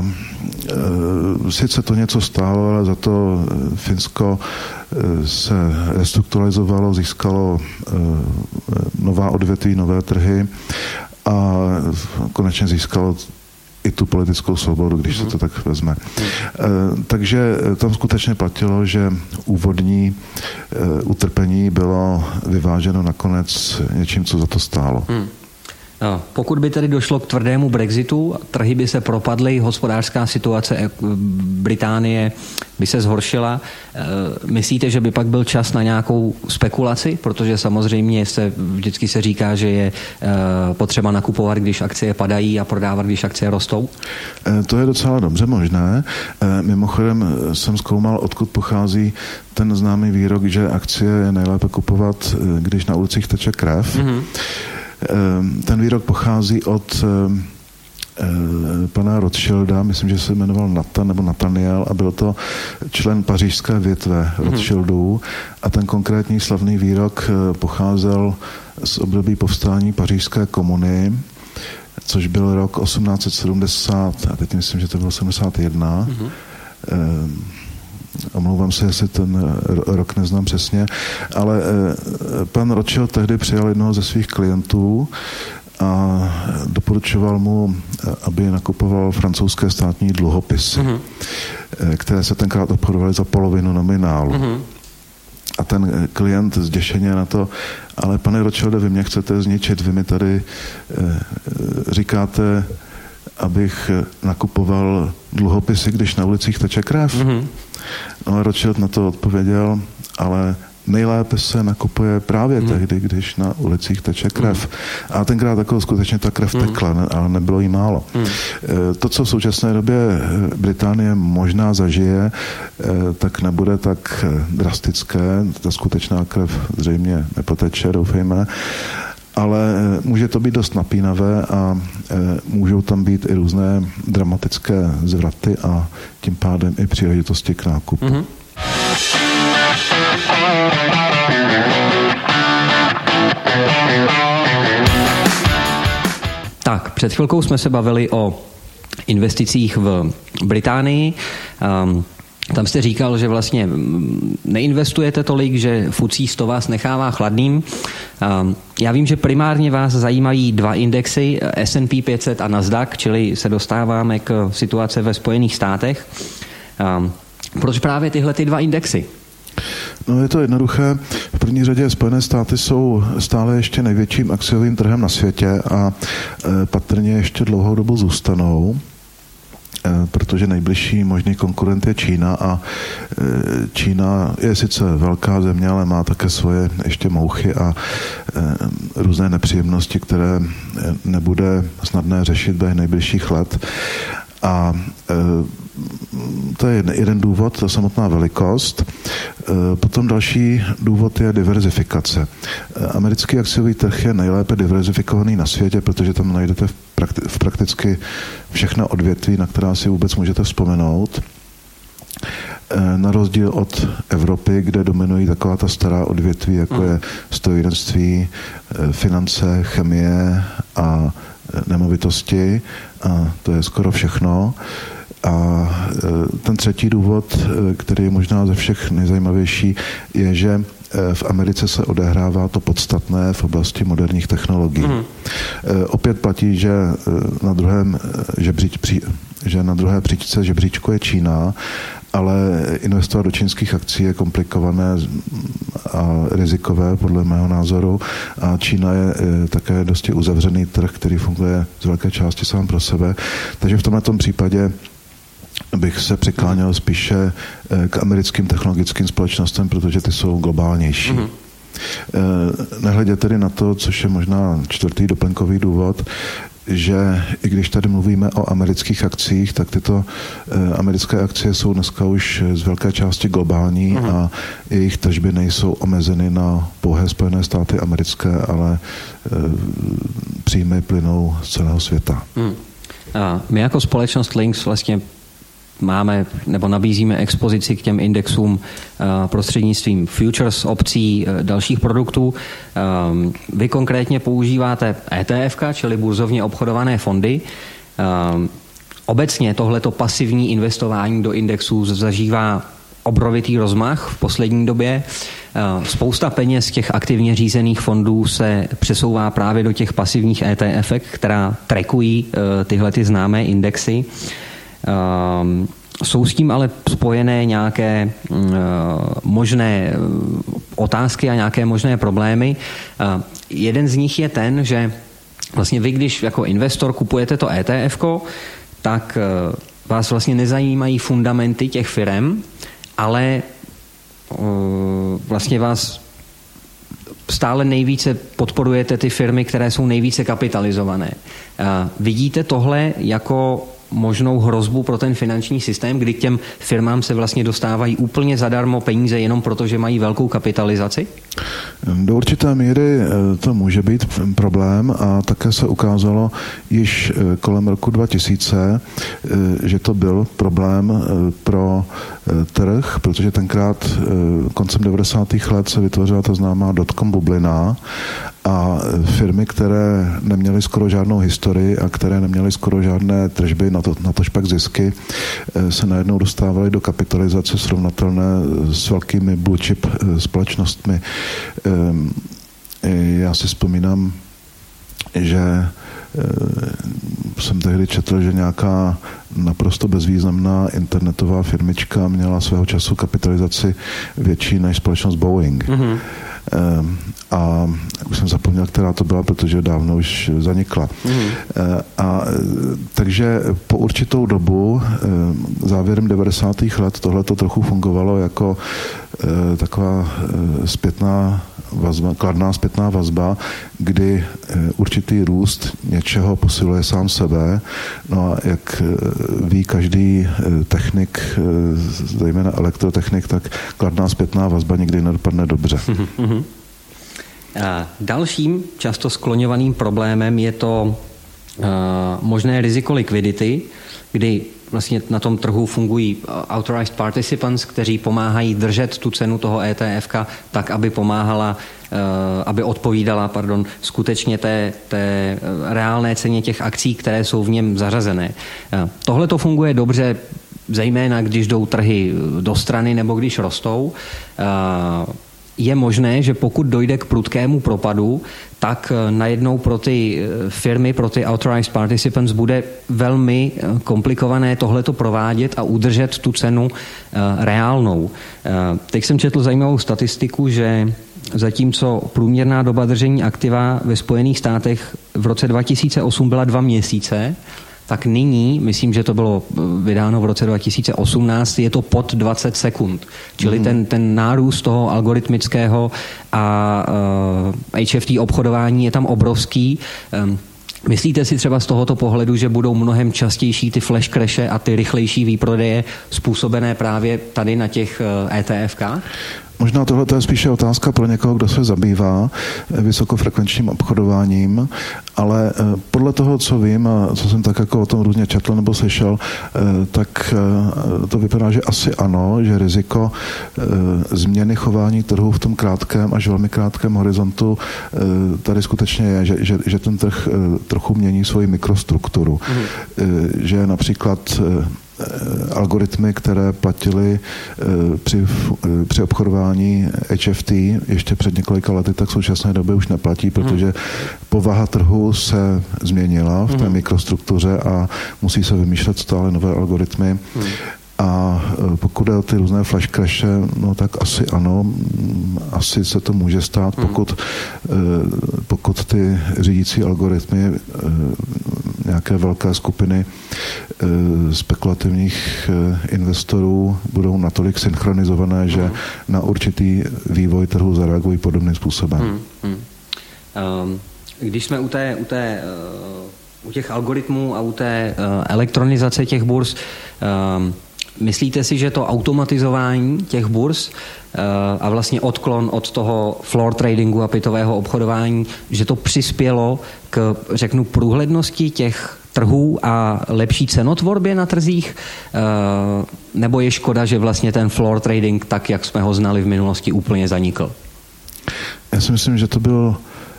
sice to něco stálo, ale za to Finsko se restrukturalizovalo, získalo nová odvětví, nové trhy a konečně získalo i tu politickou svobodu, když se to tak vezme. Takže tam skutečně platilo, že úvodní utrpení bylo vyváženo nakonec něčím, co za to stálo. Pokud by tedy došlo k tvrdému Brexitu, trhy by se propadly, hospodářská situace Británie by se zhoršila, myslíte, že by pak byl čas na nějakou spekulaci? Protože samozřejmě vždycky se říká, že je potřeba nakupovat, když akcie padají a prodávat, když akcie rostou? To je docela dobře možné. Mimochodem jsem zkoumal, odkud pochází ten známý výrok, že akcie je nejlépe kupovat, když na ulicích teče krev. Ten výrok pochází od pana Rothschilda, myslím, že se jmenoval Nathan nebo Nathaniel a byl to člen pařížské větve Rothschildů a ten konkrétní slavný výrok pocházel z období povstání Pařížské komuny, což byl rok 1870 a teď myslím, že to bylo 71. Omlouvám se, jestli ten rok neznám přesně, ale pan Rothschild tehdy přijal jednoho ze svých klientů a doporučoval mu, aby nakupoval francouzské státní dluhopisy, které se tenkrát obchodovaly za polovinu nominálu. A ten klient zděšeně na to, ale pane Rothschilde, vy mě chcete zničit, vy mi tady říkáte, abych nakupoval dluhopisy, když na ulicích teče krev. No a Rothschild na to odpověděl, ale nejlépe se nakupuje právě tehdy, když na ulicích teče krev. A tenkrát jako skutečně ta krev tekla, ale nebylo jí málo. To, co v současné době Británie možná zažije, tak nebude tak drastické. Ta skutečná krev zřejmě nepoteče, doufejme. Ale může to být dost napínavé a můžou tam být i různé dramatické zvraty a tím pádem i příležitosti k nákupu. Mm-hmm. Tak, před chvilkou jsme se bavili o investicích v Británii. Tam jste říkal, že vlastně neinvestujete tolik, že FTSE 100 vás nechává chladným. Já vím, že primárně vás zajímají dva indexy, S&P 500 a Nasdaq, čili se dostáváme k situaci ve Spojených státech. Proč právě tyhle ty dva indexy? No, je to jednoduché. V první řadě Spojené státy jsou stále ještě největším akciovým trhem na světě a patrně ještě dlouhou dobu zůstanou, protože nejbližší možný konkurent je Čína a Čína je sice velká země, ale má také svoje ještě mouchy a různé nepříjemnosti, které nebude snadné řešit během nejbližších let. A to je jeden důvod, ta samotná velikost. Potom další důvod je diverzifikace. Americký akciový trh je nejlépe diverzifikovaný na světě, protože tam najdete v prakticky všechna odvětví, na která si vůbec můžete vzpomenout. Na rozdíl od Evropy, kde dominují taková ta stará odvětví, jako je strojírenství, finance, chemie a nemovitosti, a to je skoro všechno. A ten třetí důvod, který je možná ze všech nejzajímavější, je, že v Americe se odehrává to podstatné v oblasti moderních technologií. Opět platí, že na druhé příčce žebříčku je Čína, ale investovat do čínských akcí je komplikované a rizikové, podle mého názoru. A Čína je také dosti uzavřený trh, který funguje z velké části sám pro sebe. Takže v tomto případě bych se přikláněl spíše k americkým technologickým společnostem, protože ty jsou globálnější. Nehledě tedy na to, což je možná čtvrtý doplňkový důvod, že i když tady mluvíme o amerických akcích, tak tyto americké akcie jsou dneska už z velké části globální a jejich tržby nejsou omezeny na pouhé Spojené státy americké, ale příjmy plynou z celého světa. A my jako společnost Links vlastně máme nebo nabízíme expozici k těm indexům prostřednictvím futures, opcí, dalších produktů. Vy konkrétně používáte ETF, čili burzovně obchodované fondy. Obecně tohleto pasivní investování do indexů zažívá obrovitý rozmach v poslední době. Spousta peněz těch aktivně řízených fondů se přesouvá právě do těch pasivních ETF, která trackují tyhle ty známé indexy. Jsou s tím ale spojené nějaké možné otázky a nějaké možné problémy. Jeden z nich je ten, že vlastně vy, když jako investor kupujete to ETF-ko, tak vás vlastně nezajímají fundamenty těch firem, ale vlastně vás stále nejvíce podporujete ty firmy, které jsou nejvíce kapitalizované. Vidíte tohle jako možnou hrozbu pro ten finanční systém, kdy k těm firmám se vlastně dostávají úplně zadarmo peníze jenom proto, že mají velkou kapitalizaci? Do určité míry to může být problém a také se ukázalo již kolem roku 2000, že to byl problém pro trh, protože tenkrát koncem 90. let se vytvořila ta známá dotcom bublina a firmy, které neměly skoro žádnou historii a které neměly skoro žádné tržby, na tož pak zisky, se najednou dostávaly do kapitalizace srovnatelné s velkými blue chip společnostmi. Já si vzpomínám, že jsem tehdy četl, že nějaká naprosto bezvýznamná internetová firmička měla svého času kapitalizaci větší než společnost Boeing. A už jsem zapomněl, která to byla, protože dávno už zanikla. Takže po určitou dobu, závěrem 90. let, tohle to trochu fungovalo jako taková kladná zpětná vazba, kdy určitý růst něčeho posiluje sám sebe. No a jak ví každý technik, zejména elektrotechnik, tak kladná zpětná vazba nikdy nedopadne dobře. Dalším často skloňovaným problémem je to možné riziko likvidity, kdy vlastně na tom trhu fungují authorized participants, kteří pomáhají držet tu cenu toho ETF-ka tak, aby odpovídala skutečně té reálné ceně těch akcí, které jsou v něm zařazené. Tohle to funguje dobře, zejména když jdou trhy do strany nebo když rostou. Je možné, že pokud dojde k prudkému propadu, tak najednou pro ty firmy, pro ty authorized participants bude velmi komplikované tohleto provádět a udržet tu cenu reálnou. Teď jsem četl zajímavou statistiku, že zatímco průměrná doba držení aktiva ve Spojených státech v roce 2008 byla 2 měsíce, tak nyní, myslím, že to bylo vydáno v roce 2018, je to pod 20 sekund. Čili ten nárůst toho algoritmického a HFT obchodování je tam obrovský. Myslíte si třeba z tohoto pohledu, že budou mnohem častější ty flash crashe a ty rychlejší výprodeje způsobené právě tady na těch ETFkách? Možná tohle je spíše otázka pro někoho, kdo se zabývá vysokofrekvenčním obchodováním, ale podle toho, co vím a co jsem tak jako o tom různě četl nebo slyšel, tak to vypadá, že asi ano, že riziko změny chování trhu v tom krátkém až velmi krátkém horizontu tady skutečně je, že ten trh trochu mění svoji mikrostrukturu. Že například algoritmy, které platily při obchodování HFT ještě před několika lety, tak v současné době už neplatí, protože povaha trhu se změnila v té mikrostruktuře a musí se vymýšlet stále nové algoritmy. A pokud je o ty různé flash crashe, no tak asi ano, asi se to může stát, pokud ty řídící algoritmy nějaké velké skupiny spekulativních investorů budou natolik synchronizované, že na určitý vývoj trhu zareagují podobným způsobem. Když jsme u těch algoritmů a u té elektronizace těch burz, myslíte si, že to automatizování těch burz a vlastně odklon od toho floor tradingu a pitového obchodování, že to přispělo k, řeknu, průhlednosti těch trhů a lepší cenotvorbě na trzích? Nebo je škoda, že vlastně ten floor trading, tak jak jsme ho znali v minulosti, úplně zanikl? Já si myslím, že to byl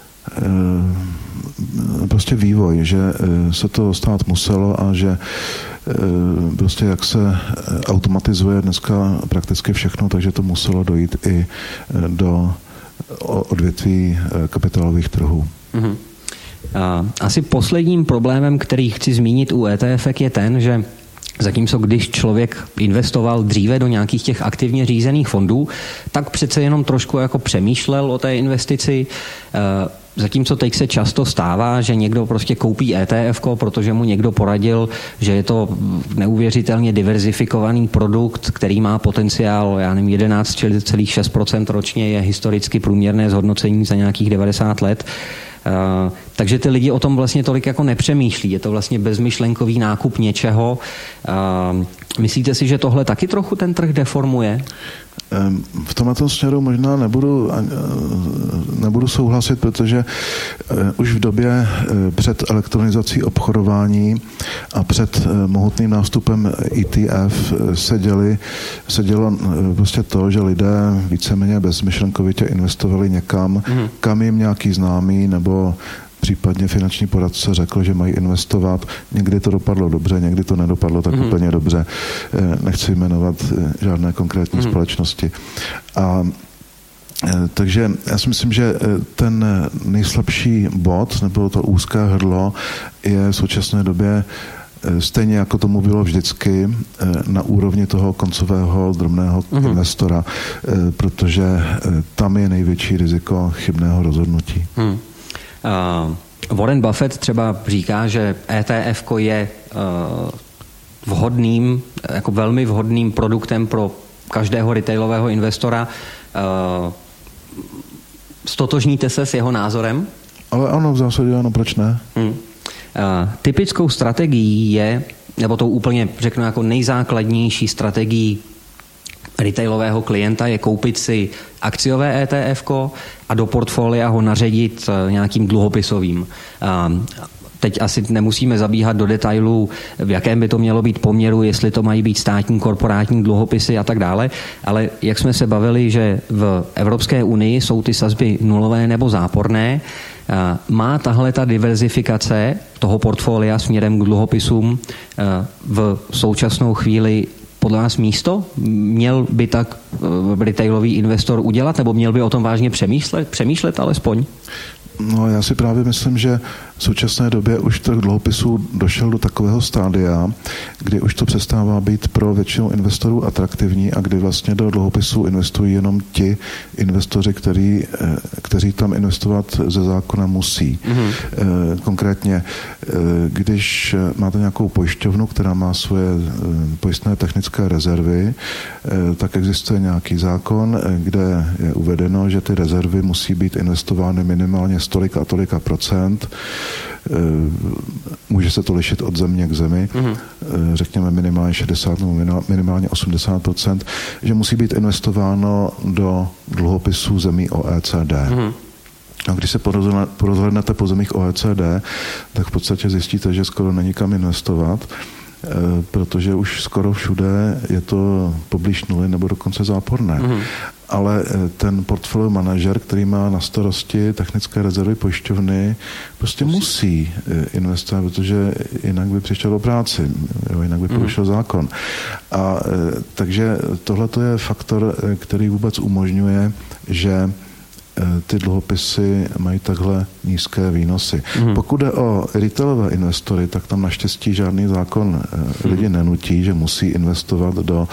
prostě vývoj, že se to stát muselo a že prostě jak se automatizuje dneska prakticky všechno, takže to muselo dojít i do odvětví kapitálových trhů. Asi posledním problémem, který chci zmínit u ETF je ten, že zatímco když člověk investoval dříve do nějakých těch aktivně řízených fondů, tak přece jenom trošku jako přemýšlel o té investici. Zatímco teď se často stává, že někdo prostě koupí ETF, protože mu někdo poradil, že je to neuvěřitelně diverzifikovaný produkt, který má potenciál, 11,6% ročně je historicky průměrné zhodnocení za nějakých 90 let. Takže ty lidi o tom vlastně tolik jako nepřemýšlí. Je to vlastně bezmyšlenkový nákup něčeho. Myslíte si, že tohle taky trochu ten trh deformuje? V tomto směru možná nebudu souhlasit, protože už v době před elektronizací obchodování a před mohutným nástupem ETF sedělo prostě to, že lidé víceméně bezmyšlenkovitě investovali někam, kam jim nějaký známý nebo případně finanční poradce řekl, že mají investovat. Někdy to dopadlo dobře, někdy to nedopadlo tak úplně dobře. Nechci jmenovat žádné konkrétní společnosti. Takže já si myslím, že ten nejslabší bod, nebo to úzké hrdlo, je v současné době stejně jako tomu bylo vždycky na úrovni toho koncového drobného investora, protože tam je největší riziko chybného rozhodnutí. Warren Buffett třeba říká, že ETF je vhodným, jako velmi vhodným produktem pro každého retailového investora. Stotožníte se s jeho názorem? Ale ano, v zásadě ano, proč ne? Typickou strategií je, nebo tou úplně řeknu jako nejzákladnější strategií retailového klienta je koupit si akciové ETF-ko a do portfolia ho naředit nějakým dluhopisovým. Teď asi nemusíme zabíhat do detailů, v jakém by to mělo být poměru, jestli to mají být státní, korporátní dluhopisy a tak dále, ale jak jsme se bavili, že v Evropské unii jsou ty sazby nulové nebo záporné, má tahle ta diverzifikace toho portfolia směrem k dluhopisům v současnou chvíli podle vás místo? Měl by tak retailový investor udělat, nebo měl by o tom vážně přemýšlet alespoň? No, já si právě myslím, že v současné době už trh dluhopisů došel do takového stádia, kdy už to přestává být pro většinu investorů atraktivní a kdy vlastně do dluhopisů investují jenom ti investoři, kteří tam investovat ze zákona musí. Konkrétně, když máte nějakou pojišťovnu, která má svoje pojistné technické rezervy, tak existuje nějaký zákon, kde je uvedeno, že ty rezervy musí být investovány minimálně tolika a tolika procent. Může se to lišit od země k zemi, řekněme minimálně 60 nebo minimálně 80%, že musí být investováno do dluhopisů zemí OECD. A když se porozhlednete po zemích OECD, tak v podstatě zjistíte, že skoro není kam investovat, protože už skoro všude je to poblíž nuly nebo dokonce záporné. Ale ten portfolio manažer, který má na starosti technické rezervy pojišťovny, prostě musí investovat, protože jinak by přišel do práci, jinak by porušil zákon. A takže tohle je faktor, který vůbec umožňuje, že ty dluhopisy mají takhle nízké výnosy. Pokud jde o retailové investory, tak tam naštěstí žádný zákon lidi nenutí, že musí investovat do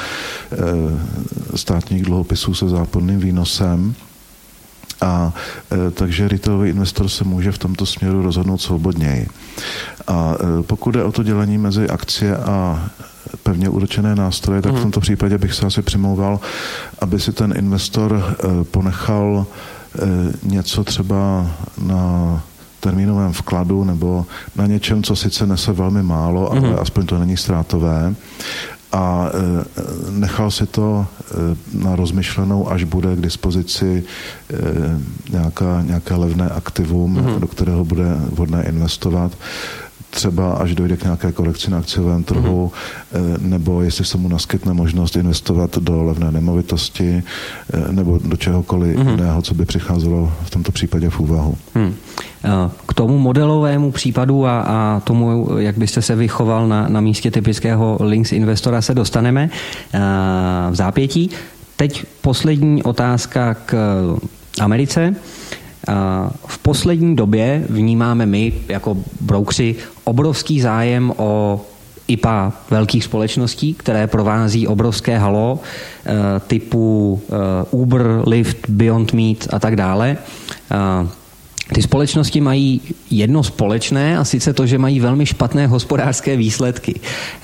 státních dluhopisů se záporným výnosem. A takže retailový investor se může v tomto směru rozhodnout svobodněji. A pokud jde o to dělení mezi akcie a pevně úročené nástroje, tak v tomto případě bych se asi přimlouval, aby si ten investor ponechal něco třeba na termínovém vkladu nebo na něčem, co sice nese velmi málo, ale aspoň to není ztrátové. A nechal si to na rozmyšlenou, až bude k dispozici nějaké levné aktivum, do kterého bude vhodné investovat. Třeba až dojde k nějaké korekci na akciovém trhu, nebo jestli se mu naskytne možnost investovat do levné nemovitosti, nebo do čehokoliv jiného, co by přicházelo v tomto případě v úvahu. K tomu modelovému případu a tomu, jak byste se vychoval na místě typického Lynx investora, se dostaneme v zápětí. Teď poslední otázka k Americe. V poslední době vnímáme my jako broukři obrovský zájem o IPA velkých společností, které provází obrovské halo typu Uber, Lyft, Beyond Meat a tak dále. Ty společnosti mají jedno společné, a sice to, že mají velmi špatné hospodářské výsledky.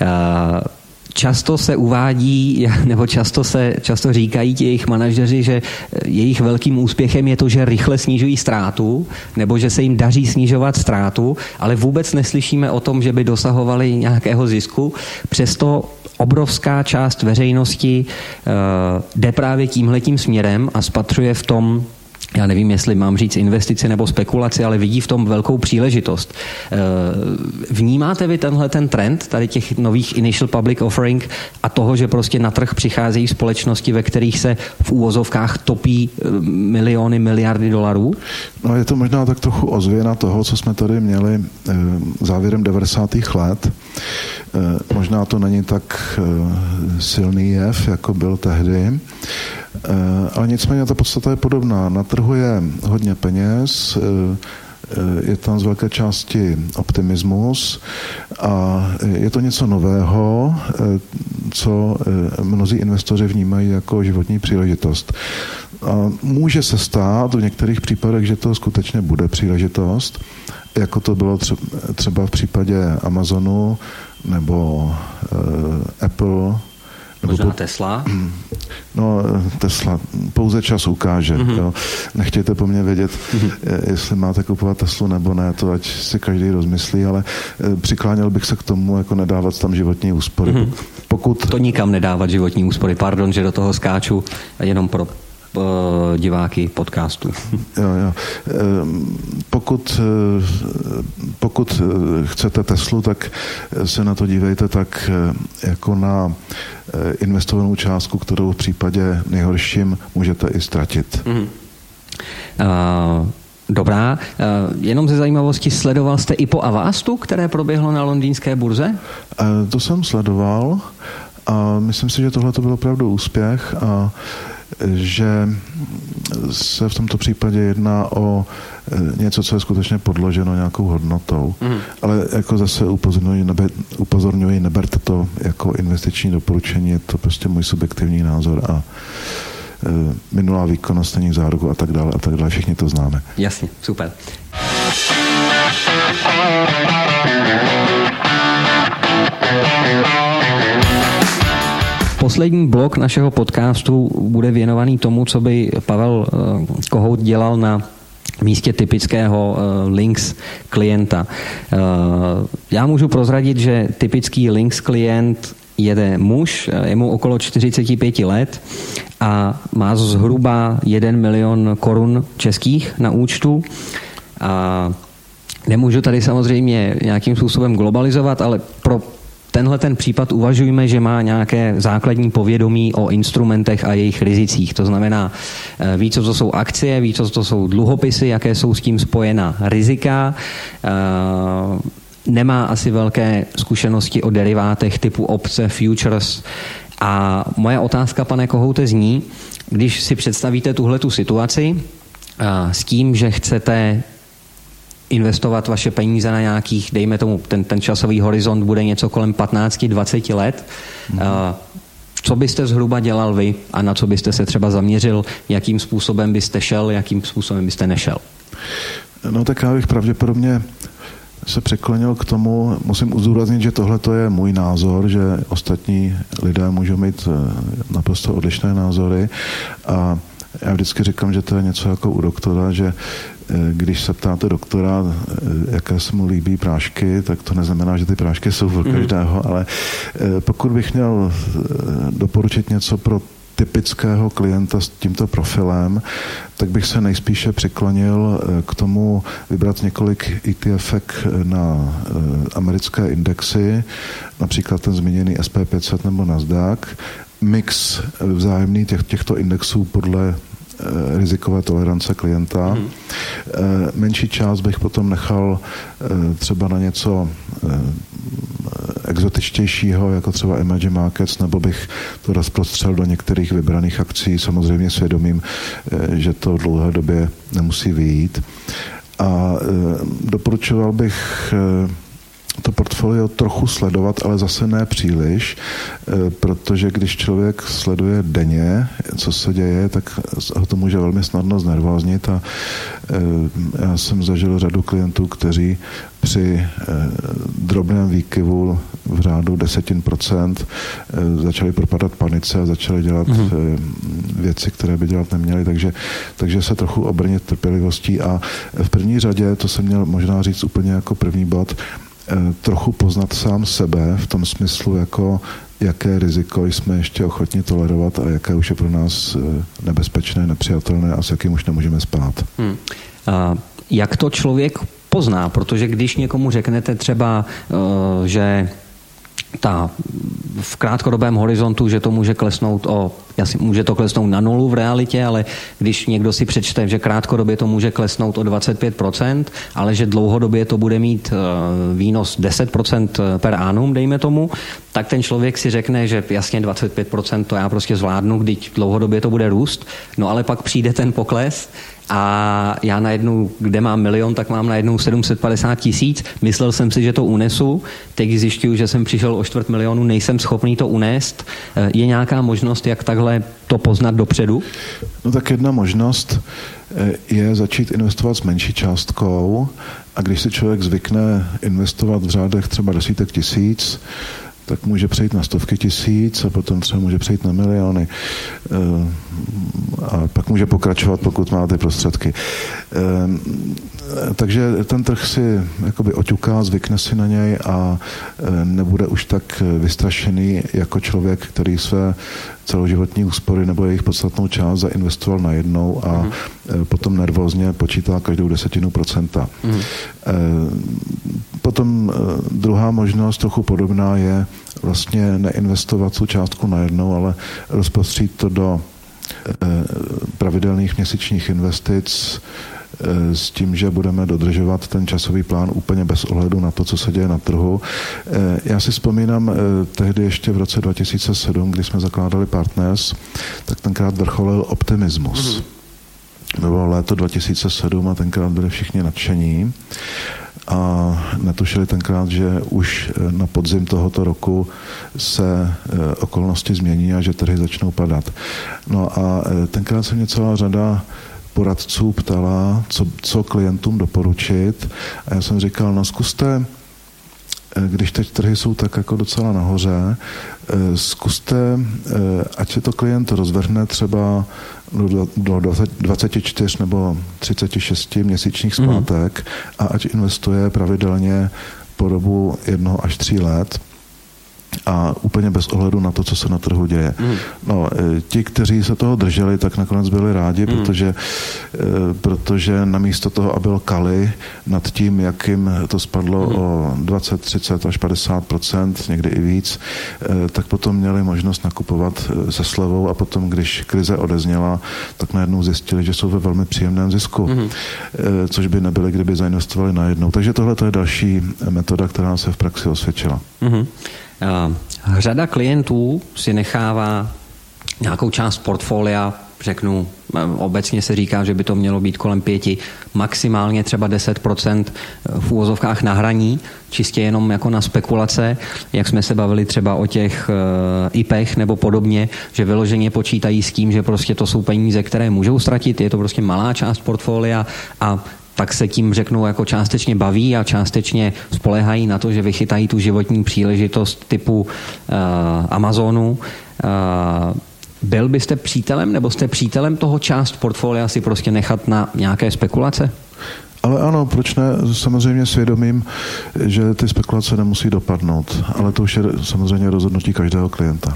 Často se uvádí, nebo často říkají ti jejich manažeři, že jejich velkým úspěchem je to, že rychle snižují ztrátu, nebo že se jim daří snižovat ztrátu, ale vůbec neslyšíme o tom, že by dosahovali nějakého zisku. Přesto obrovská část veřejnosti jde právě tímhletím směrem a spatřuje v tom, já nevím, jestli mám říct investici nebo spekulaci, ale vidí v tom velkou příležitost. Vnímáte vy ten trend tady těch nových initial public offering a toho, že prostě na trh přicházejí společnosti, ve kterých se v úvozovkách topí miliony, miliardy dolarů? No, je to možná tak trochu ozvěna toho, co jsme tady měli závěrem 90. let. Možná to není tak silný jev, jako byl tehdy. Ale nicméně ta podstata je podobná. Na trhu je hodně peněz, je tam z velké části optimismus a je to něco nového, co mnozí investoři vnímají jako životní příležitost. A může se stát v některých případech, že to skutečně bude příležitost, jako to bylo třeba v případě Amazonu nebo Apple. Možná Tesla? No, Tesla. Pouze čas ukáže. Jo. Nechtějte po mně vědět, jestli máte kupovat Teslu nebo ne, to ať si každý rozmyslí, ale přikláněl bych se k tomu, jako nedávat tam životní úspory. Pokud... To nikam nedávat životní úspory. Pardon, že do toho skáču jenom pro diváky podcastu. Jo. Pokud chcete Teslu, tak se na to dívejte tak jako na investovanou částku, kterou v případě nejhorším můžete i ztratit. Dobrá. Jenom ze zajímavosti, sledoval jste i po Avastu, které proběhlo na londýnské burze? To jsem sledoval a myslím si, že tohle to byl opravdu úspěch a že se v tomto případě jedná o něco, co je skutečně podloženo nějakou hodnotou. Ale jako zase upozorňuji, neberte to jako investiční doporučení, je to prostě můj subjektivní názor a minulá výkonnost není záruku a tak dále, všichni to známe. Jasně, super. Poslední blok našeho podcastu bude věnovaný tomu, co by Pavel Kohout dělal na místě typického Lynx klienta. Já můžu prozradit, že typický Lynx klient je muž, je mu okolo 45 let a má zhruba 1 milion korun českých na účtu. A nemůžu tady samozřejmě nějakým způsobem globalizovat, ale pro tenhle ten případ uvažujme, že má nějaké základní povědomí o instrumentech a jejich rizicích. To znamená, ví, co to jsou akcie, ví, co to jsou dluhopisy, jaké jsou s tím spojena rizika, nemá asi velké zkušenosti o derivátech typu opce, futures. A moje otázka, pane Kohoute, zní, když si představíte tuhletu situaci s tím, že chcete investovat vaše peníze na nějakých, dejme tomu, ten časový horizont bude něco kolem 15-20 let. Co byste zhruba dělal vy a na co byste se třeba zaměřil, jakým způsobem byste šel, jakým způsobem byste nešel? No tak já bych pravděpodobně se překlonil k tomu, musím zdůraznit, že tohle to je můj názor, že ostatní lidé můžou mít naprosto odlišné názory a já vždycky říkám, že to je něco jako u doktora, že když se ptáte doktora, jaké se mu líbí prášky, tak to neznamená, že ty prášky jsou pro každého, ale pokud bych měl doporučit něco pro typického klienta s tímto profilem, tak bych se nejspíše přiklonil k tomu vybrat několik ETF na americké indexy, například ten zmíněný SP500 nebo Nasdaq, mix vzájemný těchto indexů podle rizikové tolerance klienta. Menší část bych potom nechal třeba na něco exotičtějšího, jako třeba emerging markets, nebo bych to rozprostřel do některých vybraných akcí, samozřejmě svědomím, že to v dlouhé době nemusí vyjít. A doporučoval bych to portfolio trochu sledovat, ale zase ne příliš, protože když člověk sleduje denně, co se děje, tak ho to může velmi snadno znervóznit a já jsem zažil řadu klientů, kteří při drobném výkyvu v řádu 10% začali propadat panice a začali dělat věci, které by dělat neměli, takže se trochu obrnit trpělivostí a v první řadě, to jsem měl možná říct úplně jako první bod, trochu poznat sám sebe v tom smyslu, jako jaké riziko jsme ještě ochotni tolerovat a jaké už je pro nás nebezpečné, nepřijatelné a s jakým už nemůžeme spát. Jak to člověk pozná? Protože když někomu řeknete třeba, že v krátkodobém horizontu, že to může klesnout může to klesnout na nulu v realitě, ale když někdo si přečte, že krátkodobě to může klesnout o 25%, ale že dlouhodobě to bude mít výnos 10% per annum, dejme tomu, tak ten člověk si řekne, že jasně 25% to já prostě zvládnu, když dlouhodobě to bude růst, no ale pak přijde ten pokles a já najednou, kde mám 1 000 000, tak mám najednou 750 000. Myslel jsem si, že to unesu, teď zjišťuju, že jsem přišel o 250 000, nejsem schopný to unést. Je nějaká možnost, jak takhle to poznat dopředu? No tak jedna možnost je začít investovat s menší částkou a když si člověk zvykne investovat v řádech třeba desítek tisíc, tak může přejít na stovky tisíc a potom třeba může přejít na miliony. A pak může pokračovat, pokud má ty prostředky. Takže ten trh si jakoby oťuká, zvykne si na něj a nebude už tak vystrašený jako člověk, který své celoživotní úspory nebo jejich podstatnou část zainvestoval najednou a potom nervózně počítá každou 10%. Potom druhá možnost, trochu podobná, je vlastně neinvestovat tu částku najednou, ale rozprostřít to do pravidelných měsíčních investic s tím, že budeme dodržovat ten časový plán úplně bez ohledu na to, co se děje na trhu. Já si vzpomínám tehdy ještě v roce 2007, kdy jsme zakládali Partners, tak tenkrát vrcholil optimismus. Bylo léto 2007 a tenkrát byli všichni nadšení a netušili tenkrát, že už na podzim tohoto roku se okolnosti změní a že trhy začnou padat. No a tenkrát se mě celá řada poradců ptala, co klientům doporučit a já jsem říkal, no zkuste, když teď trhy jsou tak jako docela nahoře, zkuste, ať se to klient rozvrhne třeba do 24 nebo 36 měsíčních splátek a ať investuje pravidelně po dobu 1 až 3 let a úplně bez ohledu na to, co se na trhu děje. No, ti, kteří se toho drželi, tak nakonec byli rádi, protože namísto toho, aby lkali nad tím, jak jim to spadlo o 20, 30 až 50%, někdy i víc, tak potom měli možnost nakupovat se slevou a potom, když krize odezněla, tak najednou zjistili, že jsou ve velmi příjemném zisku, což by nebyli, kdyby zainvestovali najednou. Takže tohle je další metoda, která se v praxi osvědčila. Řada klientů si nechává nějakou část portfolia, řeknu, obecně se říká, že by to mělo být kolem 5, maximálně třeba 10% v úvozovkách na hraní, čistě jenom jako na spekulace, jak jsme se bavili třeba o těch IPech nebo podobně, že vyloženě počítají s tím, že prostě to jsou peníze, které můžou ztratit, je to prostě malá část portfolia a tak se tím, řeknou, jako částečně baví a částečně spoléhají na to, že vychytají tu životní příležitost typu Amazonu. Byl byste přítelem, nebo jste přítelem toho část portfolia si prostě nechat na nějaké spekulace? Ale ano, proč ne? Samozřejmě svědomím, že ty spekulace nemusí dopadnout, ale to už je samozřejmě rozhodnutí každého klienta.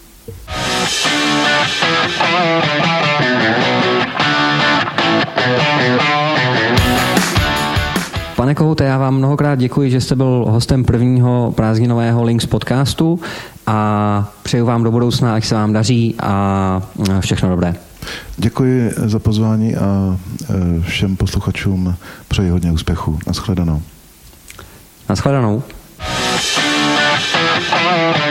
Pane Kohoute, já vám mnohokrát děkuji, že jste byl hostem prvního prázdninového Links podcastu a přeju vám do budoucna, ať se vám daří a všechno dobré. Děkuji za pozvání a všem posluchačům přeji hodně úspěchů. Naschledanou. Naschledanou.